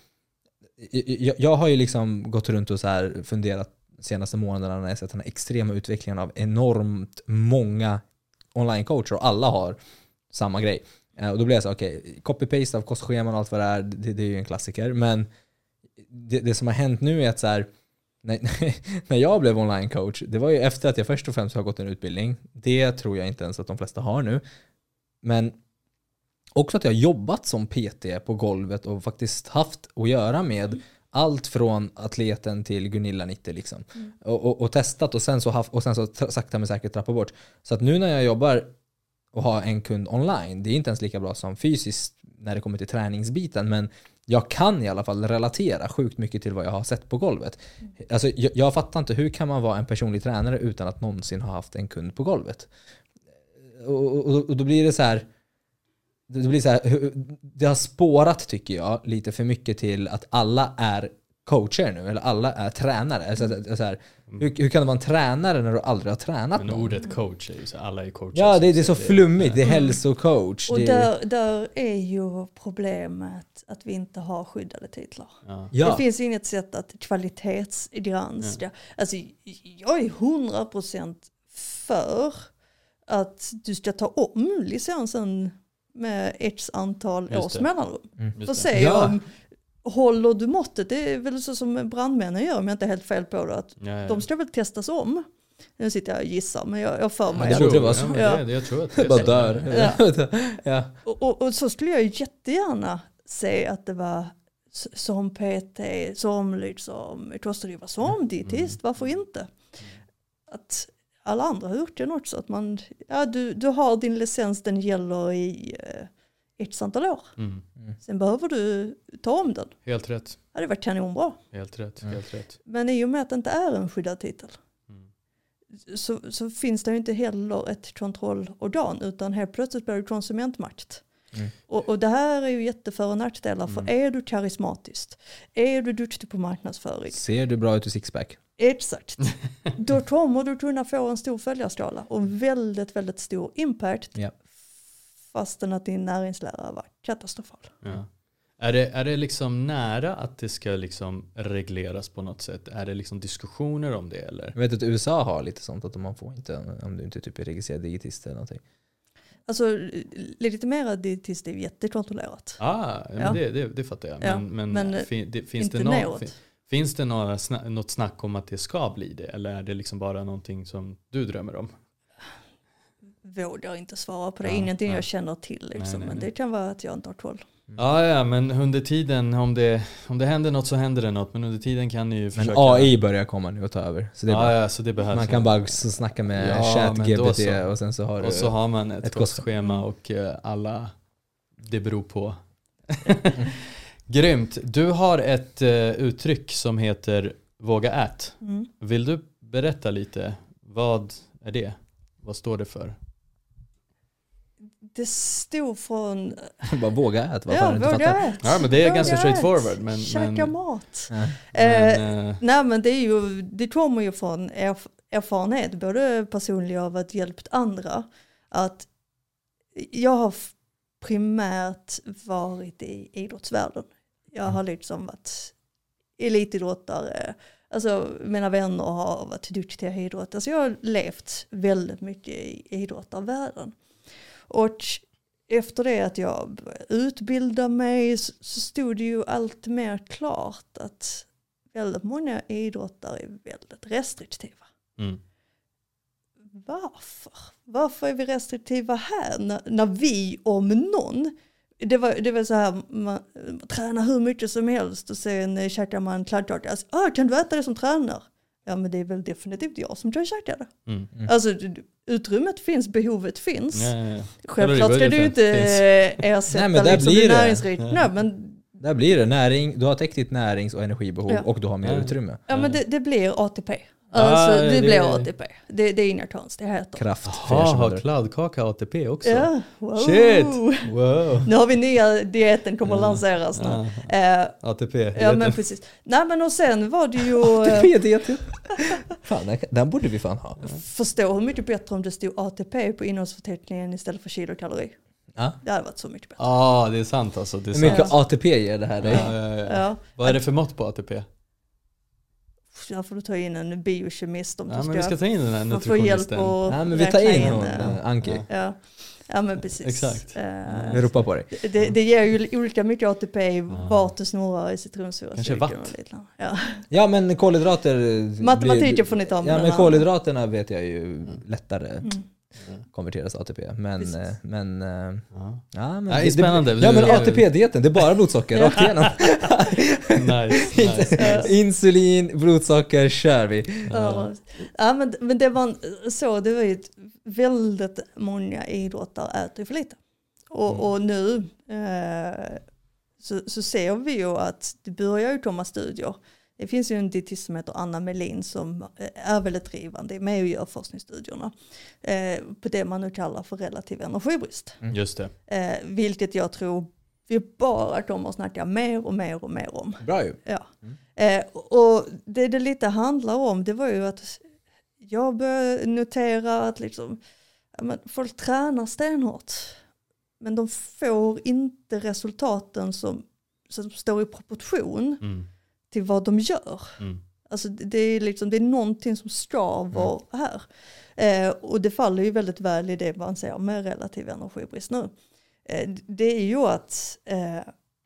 jag, jag har ju liksom gått runt och så här funderat senaste månaderna när jag sett den här extrema utvecklingen av enormt många online-coacher och alla har samma grej. Och då blir jag så okej, okay, copy-paste av kostscheman och allt vad det är, det, det är ju en klassiker. Men det, det som har hänt nu är att så här, När, när jag blev online coach, det var ju efter att jag först och främst har gått en utbildning. Det tror jag inte ens att de flesta har nu. Men också att jag har jobbat som P T på golvet och faktiskt haft att göra med mm. allt från atleten till Gunilla nittio liksom. Mm. Och, och, och testat och sen så, haft, och sen så sakta men säkert trappa bort. Så att nu när jag jobbar och har en kund online, det är inte ens lika bra som fysiskt när det kommer till träningsbiten, men jag kan i alla fall relatera sjukt mycket till vad jag har sett på golvet. Mm. Alltså, jag, jag fattar inte, hur kan man vara en personlig tränare utan att någonsin ha haft en kund på golvet? Och, och, och då blir det så här, det blir så här, det har spårat tycker jag lite för mycket till att alla är coacher nu, eller alla är tränare. Alltså, så här, hur, hur kan du vara en tränare när du aldrig har tränat Men någon? ordet coach är ju så, alla är coacher. Ja, det, det är så flummigt, det är hälsocoach. Och det där, där är ju problemet att vi inte har skyddade titlar. Ja. Ja. Det finns inget sätt att kvalitetsgranska. Ja. Alltså, jag är hundra procent för att du ska ta om licensen med ett antal års mellanrum. Mm. För att se ja. om håller du måttet. Det är väl så som brandmännen gör, om jag inte är helt fel på det. Att ja, ja. De ska väl testas om. Nu sitter jag och gissar, men jag, jag för mig. Ja, det borde vara så. Ja, det, jag tror att det är bara dör. Ja. ja. Och, och, och så skulle jag jättegärna se att det var som P T, som liksom kostrådgivare, som dietist. Varför inte? Att alla andra har gjort det också. Att man, ja, du, du har din licens, den gäller i ett antal år. Mm. Mm. Sen behöver du ta om den. Helt rätt. Ja, det var kanonbra. Helt rätt, mm. helt rätt. Men i och med att det inte är en skyddad titel mm. så, så finns det ju inte heller ett kontrollorgan, utan helt plötsligt blir det konsumentmakt. Mm. Och, och det här är ju jätteför- och nackdelar, för mm. är du karismatisk, är du duktig på marknadsföring, ser du bra ut i sixpack, exakt, då kommer du kunna få en stor följarskala och väldigt, väldigt stor impact. Yeah. Fastän att din näringslära var katastrofal. Ja. Är det, är det liksom nära att det ska liksom regleras på något sätt? Är det liksom diskussioner om det? Eller? Jag vet att U S A har lite sånt att man får inte, om du inte typ är registrerad dietist eller någonting. Alltså legitimerad dietist är jättekontrollerat. Ah, men ja. det, det, det fattar jag. Men, ja, men, men fin, det, finns, det någon, fin, finns det några sna, något snack om att det ska bli det? Eller är det liksom bara någonting som du drömmer om? Vågar inte svara på det. Ja, Ingenting ja. jag känner till. Liksom. Nej, nej, men det kan vara att jag inte har koll. Mm. Ja, ja, men under tiden, om det, om det händer något så händer det något. Men under tiden kan ni ju försöka... Men A I börjar komma nu och ta över. Så det ja, bara, ja, så det behövs. Man kan bara så snacka med ja, ChatGPT och sen så har du... Och så har man ett, ett kostschema och uh, alla... Det beror på. Grymt. Du har ett uh, uttryck som heter våga ät. Mm. Vill du berätta lite? Vad är det? Vad står det för? Det stod från... Bara våga ät, vad ja, fan inte våga fattar. ät. Ja, men det är våga ganska ät. straightforward. Men, Käka men, mat. Ja. men, eh, uh, nej men det är ju, det kommer ju från erf- erfarenhet, både personlig av att hjälpt andra. Att jag har primärt varit i idrottsvärlden. Jag har liksom varit elitidrottare. Alltså mina vänner har varit duktiga i idrott. Alltså jag har levt väldigt mycket i idrottarvärlden. Och efter det att jag började utbilda mig så stod det ju allt mer klart att väldigt många idrottare är väldigt restriktiva. mm. Varför? Varför är vi restriktiva här när, när vi om någon, det var, det var så här, man, man tränar hur mycket som helst och sen käkar man kladdkaka. Alltså, ah, kan du äta det som tränar? Ja, men det är väl definitivt jag som kan käka det. Mm. Mm. Alltså utrymmet finns, behovet finns. Ja, ja, ja. Självklart ska du inte ersätta Nej, men där liksom blir det det. näringsrikt. Ja. Nej, men, Där blir det näring, du har täckt ditt närings- och energibehov Ja. och du har mer Ja. utrymme. ja, men det, det blir A T P. Ah, Alltså det, det- blir A T P. Det, det är inga konstigheter. Kraft för er Jaha, som har undrar. kladdkaka A T P också? Ja, wow. Shit! Wow. Nu har vi nya dieten kommer att Ja. lanseras nu. Ja, Eh, A T P. ja men precis. Nej men och sen var det ju Det eh, är det. Fan, den- den borde vi fan ha. förstå hur mycket bättre om det stod A T P på innehållsförteckningen istället för kilokalori. Ja. Det hade varit så mycket bättre. Ja, ah, det är sant alltså. Det är Hur sant. mycket A T P ger det här dig? Ja, ja, ja. Ja. Vad är det för mått på A T P? Där får du ta in en biokemist om Ja, du men vi ska ta in den här få- få hjälp nutritionisten. och Ja, men vi tar räkna in hon, eh, eh, Anki. Ja. Ja. Ja men precis. Exakt. Eh, Vi ropar på dig. det, det ger ju olika mycket A T P vart du snurrar i citronsyra. Kanske watt. Ja. Ja, men kolhydrater... Matematiken blir- får ni ta med Ja, den men här. kolhydraterna vet jag ju lättare Mm. konverteras A T P. Men, Precis. eh, men, eh, Ja. ja, men Ja, det är spännande. Ja, men Du- A T P-dieten, det är bara blodsocker rakt igenom. Nice, nice, nice. Insulin, blodsocker, kör vi. Ja, ja men, men det var så, det var ju ett, väldigt många idrottare äter ju för lite. Och, Mm. och nu eh, så, så ser vi ju att det börjar ju komma studier. Det finns ju en dietist som heter Anna Melin som är väldigt drivande med och gör forskningsstudierna eh, på det man nu kallar för relativ energibrist. Just det. Eh, vilket jag tror vi bara kommer att snacka mer och mer och mer om. Bra ju. Ja. Mm. Eh, och det det lite handlar om, det var ju att jag började notera att liksom, ja, men folk tränar stenhårt. Men de får inte resultaten som, som står i proportion Mm. till vad de gör. Mm. Alltså det är, liksom, det är någonting som skaver här. Eh, och det faller ju väldigt väl i det man ser med relativ energibrist nu. Eh, det är ju att eh,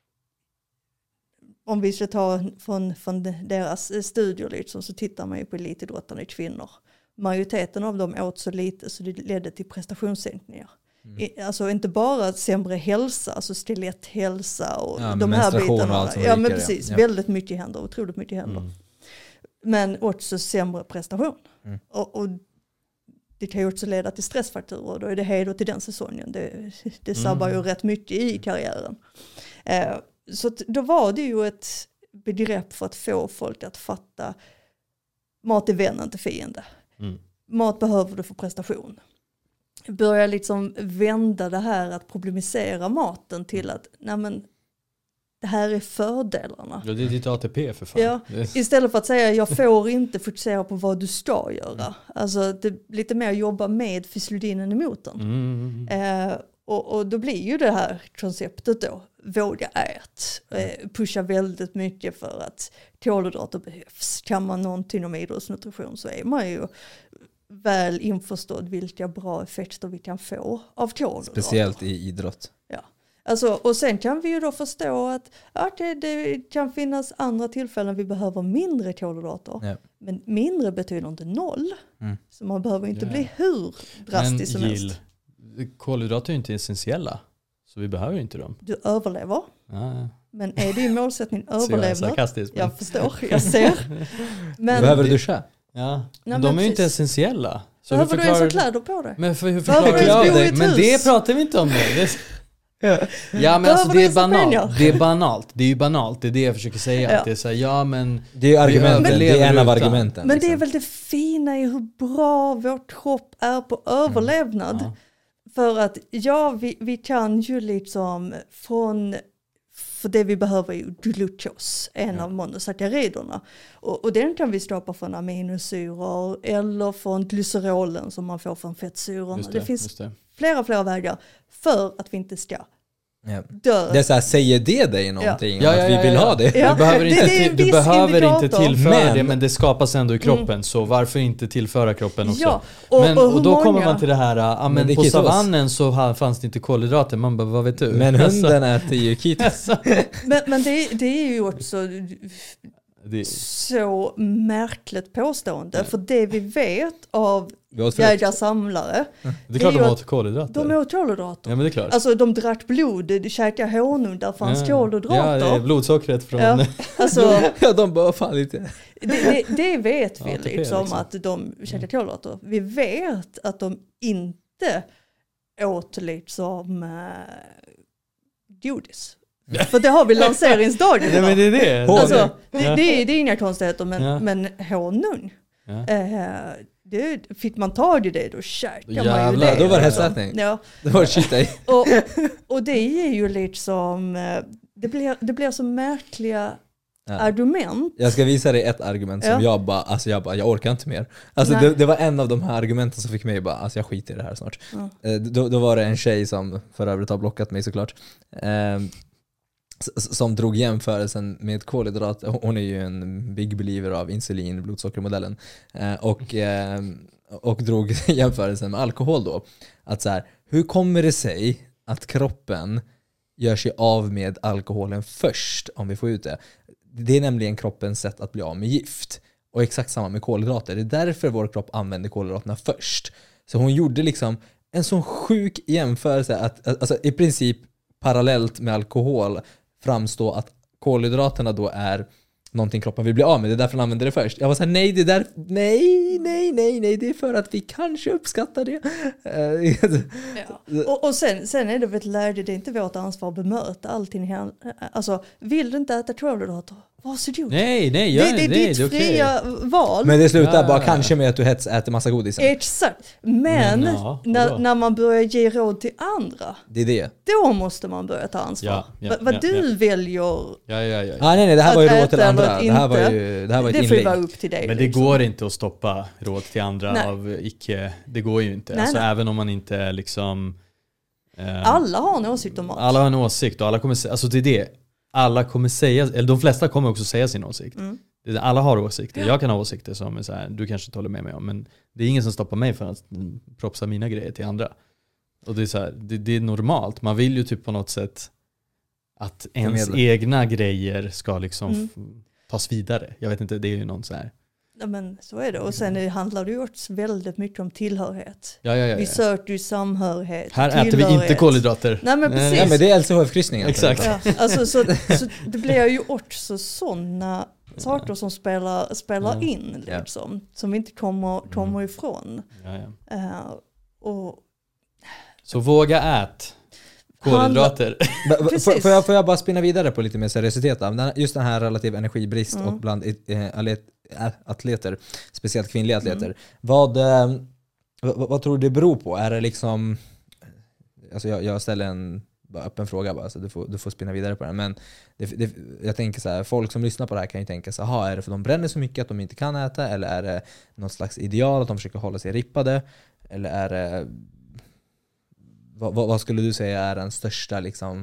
om vi ska ta från, från deras studier liksom, så tittar man ju på elitidrottande kvinnor. Majoriteten av dem åt så lite så det ledde till prestationssänkningar. Mm. I, alltså inte bara sämre hälsa, alltså skeletthälsa och Ja, de här menstruation och bitarna. allt som Ja men ryker, ja. precis, Ja. väldigt mycket händer, otroligt mycket händer. Mm. Men också sämre prestation. Mm. Och, och det kan ju också leda till stressfaktorer och då är det hej till den säsongen. Det, det sabbar Mm. ju rätt mycket i karriären. Eh, så att då var det ju ett begrepp för att få folk att fatta mat är vän, inte fiende. Mm. Mat behöver du för prestation. Börja liksom vända det här att problemisera maten till att nej men, det här är fördelarna. Ja, det är ditt A T P för fan. Ja, Det- istället för att säga jag får inte fokusera på vad du ska göra. Alltså det är lite mer jobba med fysiologin i motorn. Mm. Eh, och, och då blir ju det här konceptet då, våga ät. Eh, pusha väldigt mycket för att kolhydrater behövs. Kan man någonting om idrottsnutrition så är man ju väl införstådd vilka bra effekter vi kan få av kolhydrater. Speciellt i idrott. Alltså, och sen kan vi ju då förstå att ja, det, det kan finnas andra tillfällen vi behöver mindre kolhydrater. Ja. Men mindre betyder inte noll. Mm. Så man behöver inte Ja. bli hur drastisk som Men helst. Jill, kolhydrater är ju inte essentiella. Så vi behöver ju inte dem. Du överlever. Ja. Men är din målsättning Så jag är överlevnad? sarkastisk. men- Jag förstår, jag ser. Men Behöver du duscha? Ja. men de är ju inte precis. essentiella. Så behöver hur du ens ha förklarar kläder på dig? Men för, hur Behöver förklarar du du ens bo i det? ett Men hus? det pratar vi inte om nu. Det, Ja, men alltså det är Behöver du banalt. pengar? Det är banalt. Det är ju banalt. Det är det jag försöker säga. Ja. Att det är så här, ja men... Det är argumenten, Men- det är en av utan. argumenten. Men det är liksom. väl det fina i hur bra vårt kropp är på överlevnad. Ja. För att ja, vi, vi kan ju liksom från, för det vi behöver är ju glucose, en Ja. av monosackariderna. Och, och den kan vi stoppa från aminosyror eller från glycerolen som man får från fettsyrorna. Just Det, det, finns just det. flera, flera vägar för att vi inte ska Ja. dö. Det är så här, säger det dig någonting Ja, om ja, att vi ja, vill ja. ha det? Ja. Du behöver det- inte, det är en till, du viss behöver inte indikator. tillföra Men- det, men det skapas ändå i kroppen. Så varför inte tillföra kroppen också? Ja, och, men, och, och, hur då många, kommer man till det här, ja, Men men det är på kitos. savannen så ha- fanns det inte kolhydrater. Man bara, vad vet du? Men Alltså, hunden äter ju kitos. Men, men det, det är ju också det, så märkligt påstående. För det vi vet av Vi åt frukt. jägarsamlare, det är klart det är de ju åt kolhydrater. de åt kolhydrater. Ja, men det är klart. Alltså de drack blod, de käkade honung, där fanns ja. kolhydrater. Ja, det är blodsockret från... Ja, alltså, Ja, de bara fan lite. det, det, det vet vi Ja, det är liksom, liksom. att de käkade kolhydrater. Vi vet att de inte åt liksom äh, godis. För det har vi lanseringsdagen Nej, men det idag. är det. Honung. Alltså, det, Ja. det, är, det är inga konstigheter, men, Ja. men honung, Ja. eh, det, fick man tag i det, då käkar man ju Jävlar, det. då var det liksom. hästätning. Ja, Det var shit dig. och, och det är ju liksom, eh, det blir, det blir så märkliga Ja. argument. Jag ska visa dig ett argument som Ja. jag bara, alltså jag bara, jag orkar inte mer. Alltså Nej. det, det var en av de här argumenten som fick mig bara, alltså jag skiter i det här snart. Ja. Eh, Då, då var det en tjej som för övrigt har blockat mig såklart. Eh, s- som drog jämförelsen med kolhydrat. Hon är ju en big believer av insulin, blodsockermodellen. Eh, och, eh, och drog jämförelsen med alkohol då. Att så här, hur kommer det sig att kroppen gör sig av med alkoholen först om vi får ut det? Det är nämligen kroppens sätt att bli av med gift. Och exakt samma med kolhydrater. Det är därför vår kropp använder kolhydraterna först. Så hon gjorde liksom en sån sjuk jämförelse att, att alltså i princip parallellt med alkohol framstå att kolhydraterna då är någonting kroppen vill bli av med. Det är därför den använder det först. Jag var såhär, nej, det där, nej, nej, nej, nej, det är för att vi kanske uppskattar det. Ja. Och, och sen, sen är det väl ett läge, det är inte vårt ansvar att bemöta allting. Här. Alltså, vill du inte äta kolhydrater? Varsågod. Nej, nej, det, gör det är nej, ditt det är okej. fria val. Men det slutar Ja, bara ja, ja. kanske med att du hets äter massa godis sen. Exakt. Men, Men, ja, när, vadå? när man börjar ge råd till andra, Det är det. då måste man börja ta ansvar. Ja, ja, Va- vad ja, du ja. väljer, Ja, ja, ja, ja. Ah, nej, nej, det här Att var ju råd äta till eller andra. att Det här var inte, ju, det här var ett det får ju inlägg. vara upp till dig. Men det liksom. går inte att stoppa råd till andra Nej. av icke, det går ju inte. Nej, Alltså nej. även om man inte är liksom... eh, Alla har en åsikt om mat. alla har en åsikt och alla kommer säga, alltså det är det. Alla kommer säga, eller de flesta kommer också säga sin åsikt. Mm. Det är- Alla har åsikter. Jag kan ha åsikter som är så här, du kanske inte håller med mig om, men det är ingen som stoppar mig för att mm, propsa mina grejer till andra. Och det är så här, det, det är normalt. Man vill ju typ på något sätt att ens Förmedla. egna grejer ska liksom Mm. f- tas vidare. Jag vet inte, det är ju någon så här. Ja, men så är det. Och sen är- handlar det ju också väldigt mycket om tillhörighet. Ja, ja, ja, Vi ja. söker ju samhörighet. Här äter vi inte tillhörighet. kolhydrater. Nej, men precis. Ja, men det är L C H F-kryssningen. Exakt. Ja, alltså, så, så det blir ju också sådana saker som spelar, spelar Ja. in liksom, som vi inte kommer, kommer ifrån. Ja, ja. Uh, och Så våga ät kolhydrater. Men, f- Precis. Får jag, får jag bara spinna vidare på lite mer seriositet? då? Den- Just den här relativ energibrist Mm. och bland eh, atlet- äh, atleter, speciellt kvinnliga atleter. Mm. Vad, eh, vad, vad tror du det beror på? Är det liksom... Alltså jag, jag ställer en bara öppen fråga bara, så du får, du får spinna vidare på den. Men det, det, jag tänker så här, folk som lyssnar på det här kan ju tänka så här, är det för de bränner så mycket att de inte kan äta? Eller är det något slags ideal att de försöker hålla sig rippade? Eller är det... Vad, vad, vad skulle du säga är den största liksom,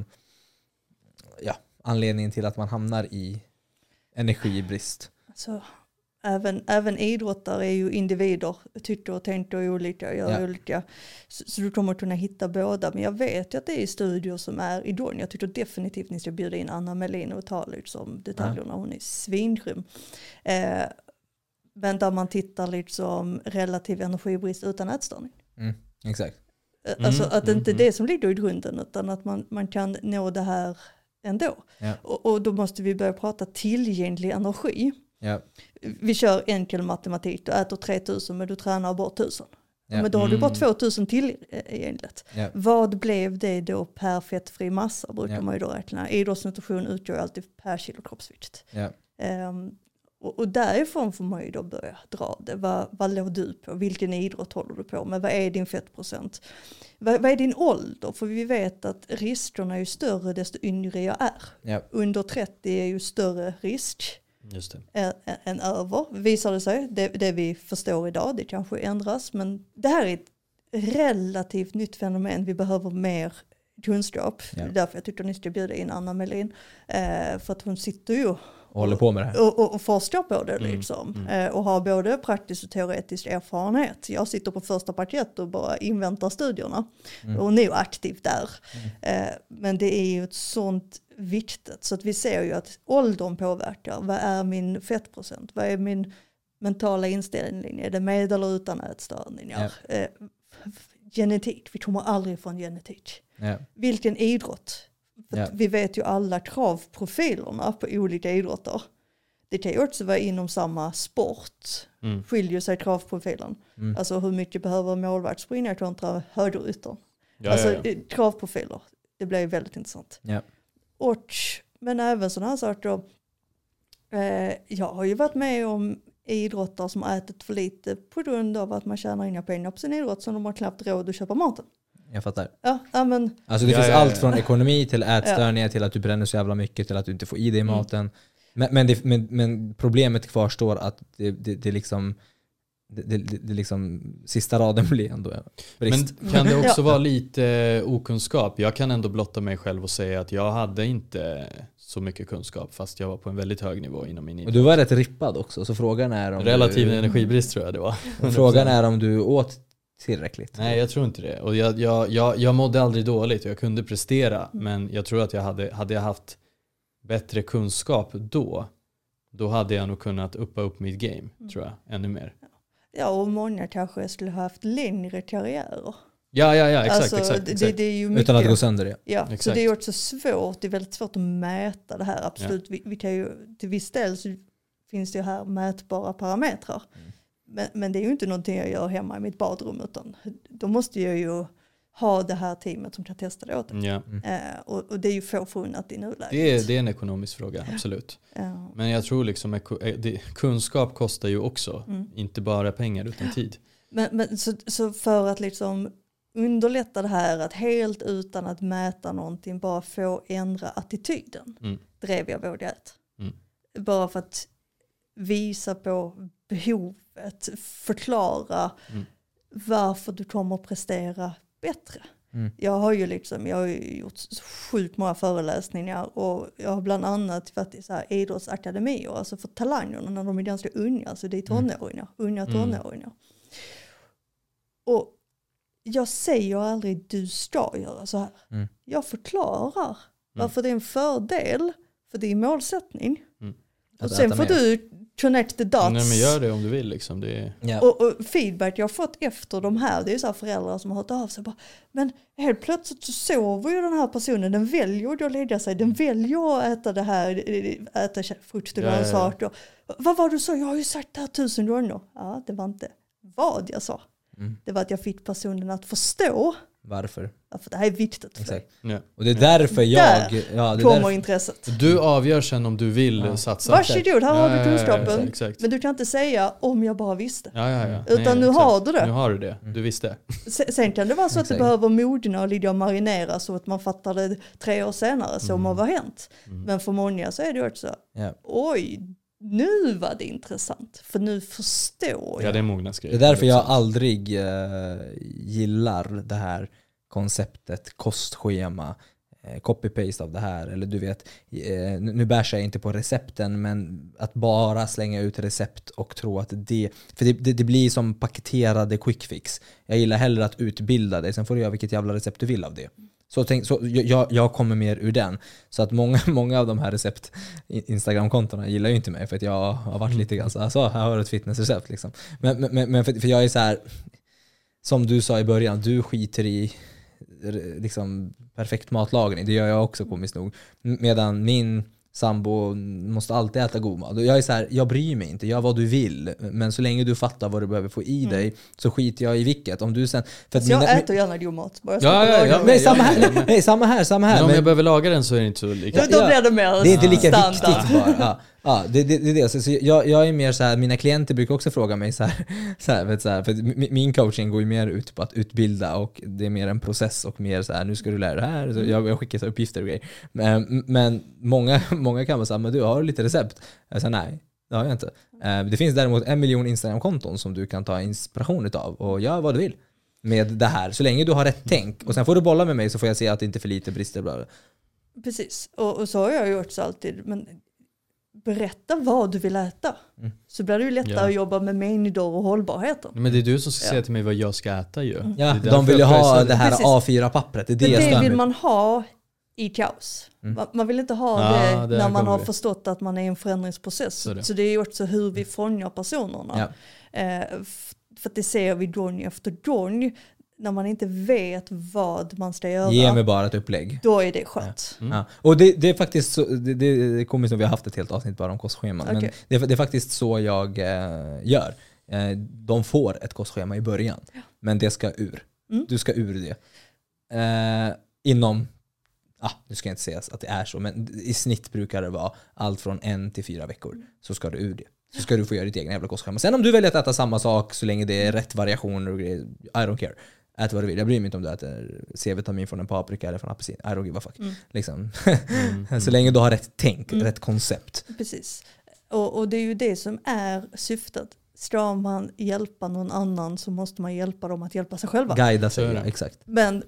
ja, anledningen till att man hamnar i energibrist? alltså, även, även idrottare är ju individer, tycker och tänker olika, gör Ja. olika. Så, så du kommer kunna hitta båda. Men jag vet ju att det är studier som är idol. Jag tycker definitivt ni ska bjuda in Anna Melin och ta liksom detaljerna. Hon är svingrym. Eh, men där man tittar liksom relativ energibrist utan ätstörning. Mm, exakt. Eh, Alltså Mm, att det inte är mm, det som ligger i grunden, utan att man, man kan nå det här ändå. Ja. Och, och då måste vi börja prata tillgänglig energi. Ja. Vi kör enkel matematik, du äter tre tusen men du tränar bort tusen. Ja. Men då har du bara tvåtusen till egentligen. Ja. Vad blev det då per fettfri massa brukar ja. man ju då räkna. Idrottsnutrition utgör alltid per kilo kroppsvikt. Ja. Um, och, och därifrån får man ju då börja dra det. Vad, vad låg du på? Vilken idrott håller du på med? Vad är din fettprocent? Vad, vad är din ålder? För vi vet att riskerna är ju större desto yngre jag är. Ja. Under trettio är ju större risk. Just det. Än, än över, visar det sig. Det, det vi förstår idag, det kanske ändras. Men det här är ett relativt nytt fenomen. Vi behöver mer kunskap. Ja. Därför jag tycker ni ska bjuda in Anna Melin. Eh, för att hon sitter ju och, och håller på med det här. Och, och, och forskar på det. Mm. Liksom. Mm. Eh, och har både praktisk och teoretisk erfarenhet. Jag sitter på första parkett och bara inväntar studierna. Mm. Och hon är ju aktiv där. Mm. Eh, men det är ju ett sånt viktigt. Så att vi ser ju att åldern påverkar. Vad är min fettprocent? Vad är min mentala inställning? Är det med eller utan ätstörningar? Ja. Eh, genetik. Vi kommer aldrig från genetik. Ja. Vilken idrott? För ja. Vi vet ju alla kravprofilerna på olika idrotter. Det kan ju också vara inom samma sport. Mm. Skiljer sig kravprofilen. Mm. Alltså hur mycket behöver målvakt springa kontra högeryttern. Ja, alltså ja, ja. Kravprofiler. Det blir väldigt intressant. Ja. Och, men även sådana här saker. Eh, jag har ju varit med om idrottare som har ätit för lite på grund av att man tjänar inga pengar på sin idrott så de har knappt råd att köpa maten. Jag fattar. Ja, ja, men, alltså det ja, finns ja, allt ja. från ekonomi till ätstörningar ja. till att du bränner så jävla mycket till att du inte får i dig maten. Mm. Men, men, det, men, men problemet kvarstår att det, det, det liksom det, det, det liksom sista raden blir ändå brist. Men kan det också vara lite okunskap? Jag kan ändå blotta mig själv och säga att jag hade inte så mycket kunskap fast jag var på en väldigt hög nivå inom min idrott. Och du var rätt rippad också så frågan är om relativ du, energibrist tror jag det var. Frågan är om du åt tillräckligt. Nej, jag tror inte det. Och jag, jag, jag, jag mådde aldrig dåligt och jag kunde prestera. Men jag tror att jag hade, hade jag haft bättre kunskap då, då hade jag nog kunnat uppa upp mitt game, mm. tror jag, ännu mer. Ja, och många kanske skulle ha haft längre karriärer. Ja, ja, ja, exakt. Alltså, exakt, exakt. Det, det är ju mycket, utan att gå sönder det. Ja, exakt. så det är också svårt, det är väldigt svårt att mäta det här, absolut. Ja. Vi, vi kan ju, till viss del så finns det ju här mätbara parametrar. Mm. Men, men det är ju inte någonting jag gör hemma i mitt badrum utan då måste jag ju ha det här teamet som kan testa det åt det. Ja. Mm. Eh, och, och det är ju få funnat i nuläget. Det är, det är en ekonomisk fråga, absolut. Ja. Men jag tror liksom det, kunskap kostar ju också, mm. inte bara pengar utan tid. Men, men så, så för att liksom underlätta det här att helt utan att mäta någonting bara få ändra attityden mm. drev jag Våga Ät. Mm. Bara för att visa på behovet, förklara mm. varför du kommer att prestera bättre. Mm. Jag har ju liksom, jag har ju gjort sjukt många föreläsningar och jag har bland annat varit i så här idrottsakademier, alltså för talangerna när de är ganska unga, alltså det är tonåringar, mm. unga tonåringar. Mm. Och jag säger aldrig du ska göra så här. Mm. Jag förklarar mm. varför det är en fördel för din målsättning. Mm. Och sen får du connect the dots. Nej, men gör det om du vill. Liksom. Det är... ja. och, och feedback jag har fått efter de här, det är så här föräldrar som har hört av sig. Bara, men helt plötsligt så sover ju den här personen, den väljer att lägga sig, den väljer att äta det här, äta frukt och grönsaker. Ja, ja, ja. Vad var du så? Jag har ju sagt det här tusen gånger. Ja, det var inte vad jag sa. Mm. Det var att jag fick personen att förstå varför. Ja, för det här är viktigt. Exakt. Ja. Och det är därför jag... Där ja, det kommer därför. intresset. Du avgör sen om du vill ja. satsa. Varsågod, här har ja, du kunskapen. Ja, ja, exakt. Men du kan inte säga om jag bara visste. Ja, ja, ja. Utan Nej, nu exakt. har du det. Nu har du det. Du visste. Sen kan det vara så att det behöver mogna och ligga och marinera så att man fattar det tre år senare. Så mm. må vara hänt. Mm. Men för många så är det också ja. oj, nu var det intressant. För nu förstår jag. Ja, det är mogna grejer. Det är därför jag aldrig uh, gillar det här konceptet, kostschema, eh, copy-paste av det här. Eller du vet, eh, nu bärsar jag inte på recepten, men att bara slänga ut recept och tro att det... För det, det, det blir som paketerade quick fix. Jag gillar hellre att utbilda dig, sen får du göra vilket jävla recept du vill av det. Så, tänk, så jag, jag kommer mer ur den. Så att många, många av de här recept Instagram-kontona gillar ju inte mig för att jag har varit lite grann så alltså, här har du ett fitnessrecept liksom. Men, men, men för, för jag är så här, som du sa i början, du skiter i liksom perfekt matlagning. Det gör jag också komiskt nog. Medan min sambo måste alltid äta god mat. Jag är så här, jag bryr mig inte, gör vad du vill. Men så länge du fattar vad du behöver få i dig mm. så skiter jag i vilket. Om du sen, för att jag mina, äter gärna god mat. Bara ja, ja, ja, nej, samma här, nej, samma här, samma här. Men om men, jag behöver laga den så är det inte så lika. Då, då blir det mer det är inte lika standard. viktigt bara. Ja. Ja, det, det, det är det. Så, så jag, jag är mer så här, mina klienter brukar också fråga mig så här, så här, vet, så här för min coaching går ju mer ut på att utbilda och det är mer en process och mer så här, nu ska du lära det här. Så jag, jag skickar så uppgifter och grejer. Men, men många, många kan vara så här, men du har lite recept. Jag säger nej, det har jag inte. Det finns däremot en miljon Instagram-konton som du kan ta inspiration utav och gör vad du vill med det här. Så länge du har rätt tänk. Och sen får du bolla med mig så får jag se att det inte är för lite brister. Bla bla. Precis, och, och så har jag gjort så alltid. Men berätta vad du vill äta. Mm. Så blir det ju lättare ja. att jobba med mängder och hållbarheten. Men det är du som ska ja. säga till mig vad jag ska äta ju. Mm. Ja, de vill ju ha det här Precis. A fyra-pappret. Det, är det, det vill man ha i kaos. Mm. Man vill inte ha ja, det, det när man har vi. förstått att man är i en förändringsprocess. Så det, så det är ju också hur vi fångar personerna. Ja. Eh, för att det ser vi gång efter gång. När man inte vet vad man ska göra. Ge mig bara ett upplägg. Då är det skönt. Ja. Mm. Ja. Och det, det är faktiskt så, det, det kommer som vi har haft ett helt avsnitt bara om kostscheman. Okay. Men det, det är faktiskt så jag eh, gör. Eh, de får ett kostschema i början. Ja. Men det ska ur. Mm. Du ska ur det. Eh, inom, ah, nu ska jag inte säga att det är så, men i snitt brukar det vara allt från en till fyra veckor. Mm. Så ska du ur det. Så ska du få göra ditt egna jävla kostschema. Sen om du väljer att äta samma sak så länge det är rätt variationer och grejer, I don't care. Ät vad du vill. Jag bryr mig inte om du äter C-vitamin från en paprika eller från apelsin. I don't give a fuck. Mm. Liksom. mm. Så länge du har rätt tänk, mm. rätt koncept. Precis. Och, och det är ju det som är syftet. Ska man hjälpa någon annan så måste man hjälpa dem att hjälpa sig själva. Guida sig, ja, exakt. Men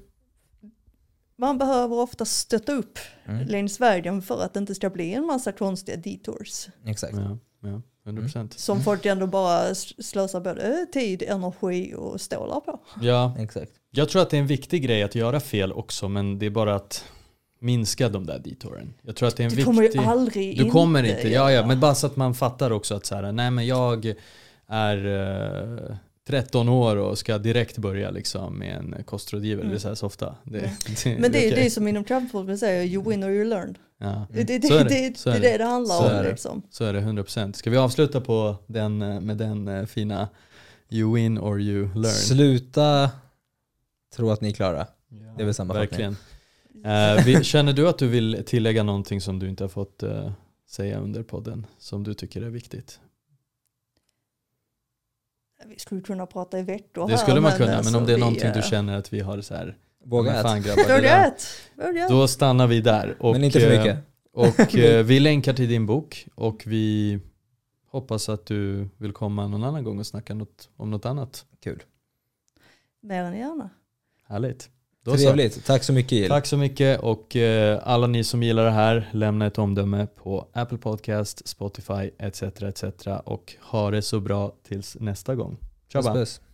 man behöver ofta stötta upp mm. längs vägen för att det inte ska bli en massa konstiga detours. Exakt. Ja, ja. hundra procent. Som mm. folk ändå bara slösar både tid, energi och stålar på. Ja, exakt. Jag tror att det är en viktig grej att göra fel också, men det är bara att minska de där detouren. Jag tror att det är en du viktig... kommer ju aldrig Du kommer inte, inte ja, ja, men bara så att man fattar också att så här, nej men jag är uh, tretton år och ska direkt börja liksom med en kostrådgivare. Mm. Det är så här så ofta. Det, mm. det, men det är okay. det som inom Trampford säger, you win or you learn. Ja. Mm. Det, det, det, det, det är det det handlar så om. Är det. Liksom. Så är det, hundra procent. Ska vi avsluta på den, med den uh, fina you win or you learn? Sluta tro att ni är klara. Ja, det är väl samma verkligen. Uh, vi, känner du att du vill tillägga någonting som du inte har fått uh, säga under podden som du tycker är viktigt? Vi skulle kunna prata i veckor. Det skulle man kunna, men, men om det är vi, någonting du uh, känner att vi har så här... Våga ät. Då stannar vi där. Och, men inte för mycket. Och uh, vi länkar till din bok och vi hoppas att du vill komma någon annan gång och snacka något, om något annat. Kul. Mer än gärna. Härligt. Då Trevligt. Så. Tack så mycket, Jill. Tack så mycket och uh, alla ni som gillar det här, lämna ett omdöme på Apple Podcast, Spotify et cetera et cetera och ha det så bra tills nästa gång. Tja, puss, puss.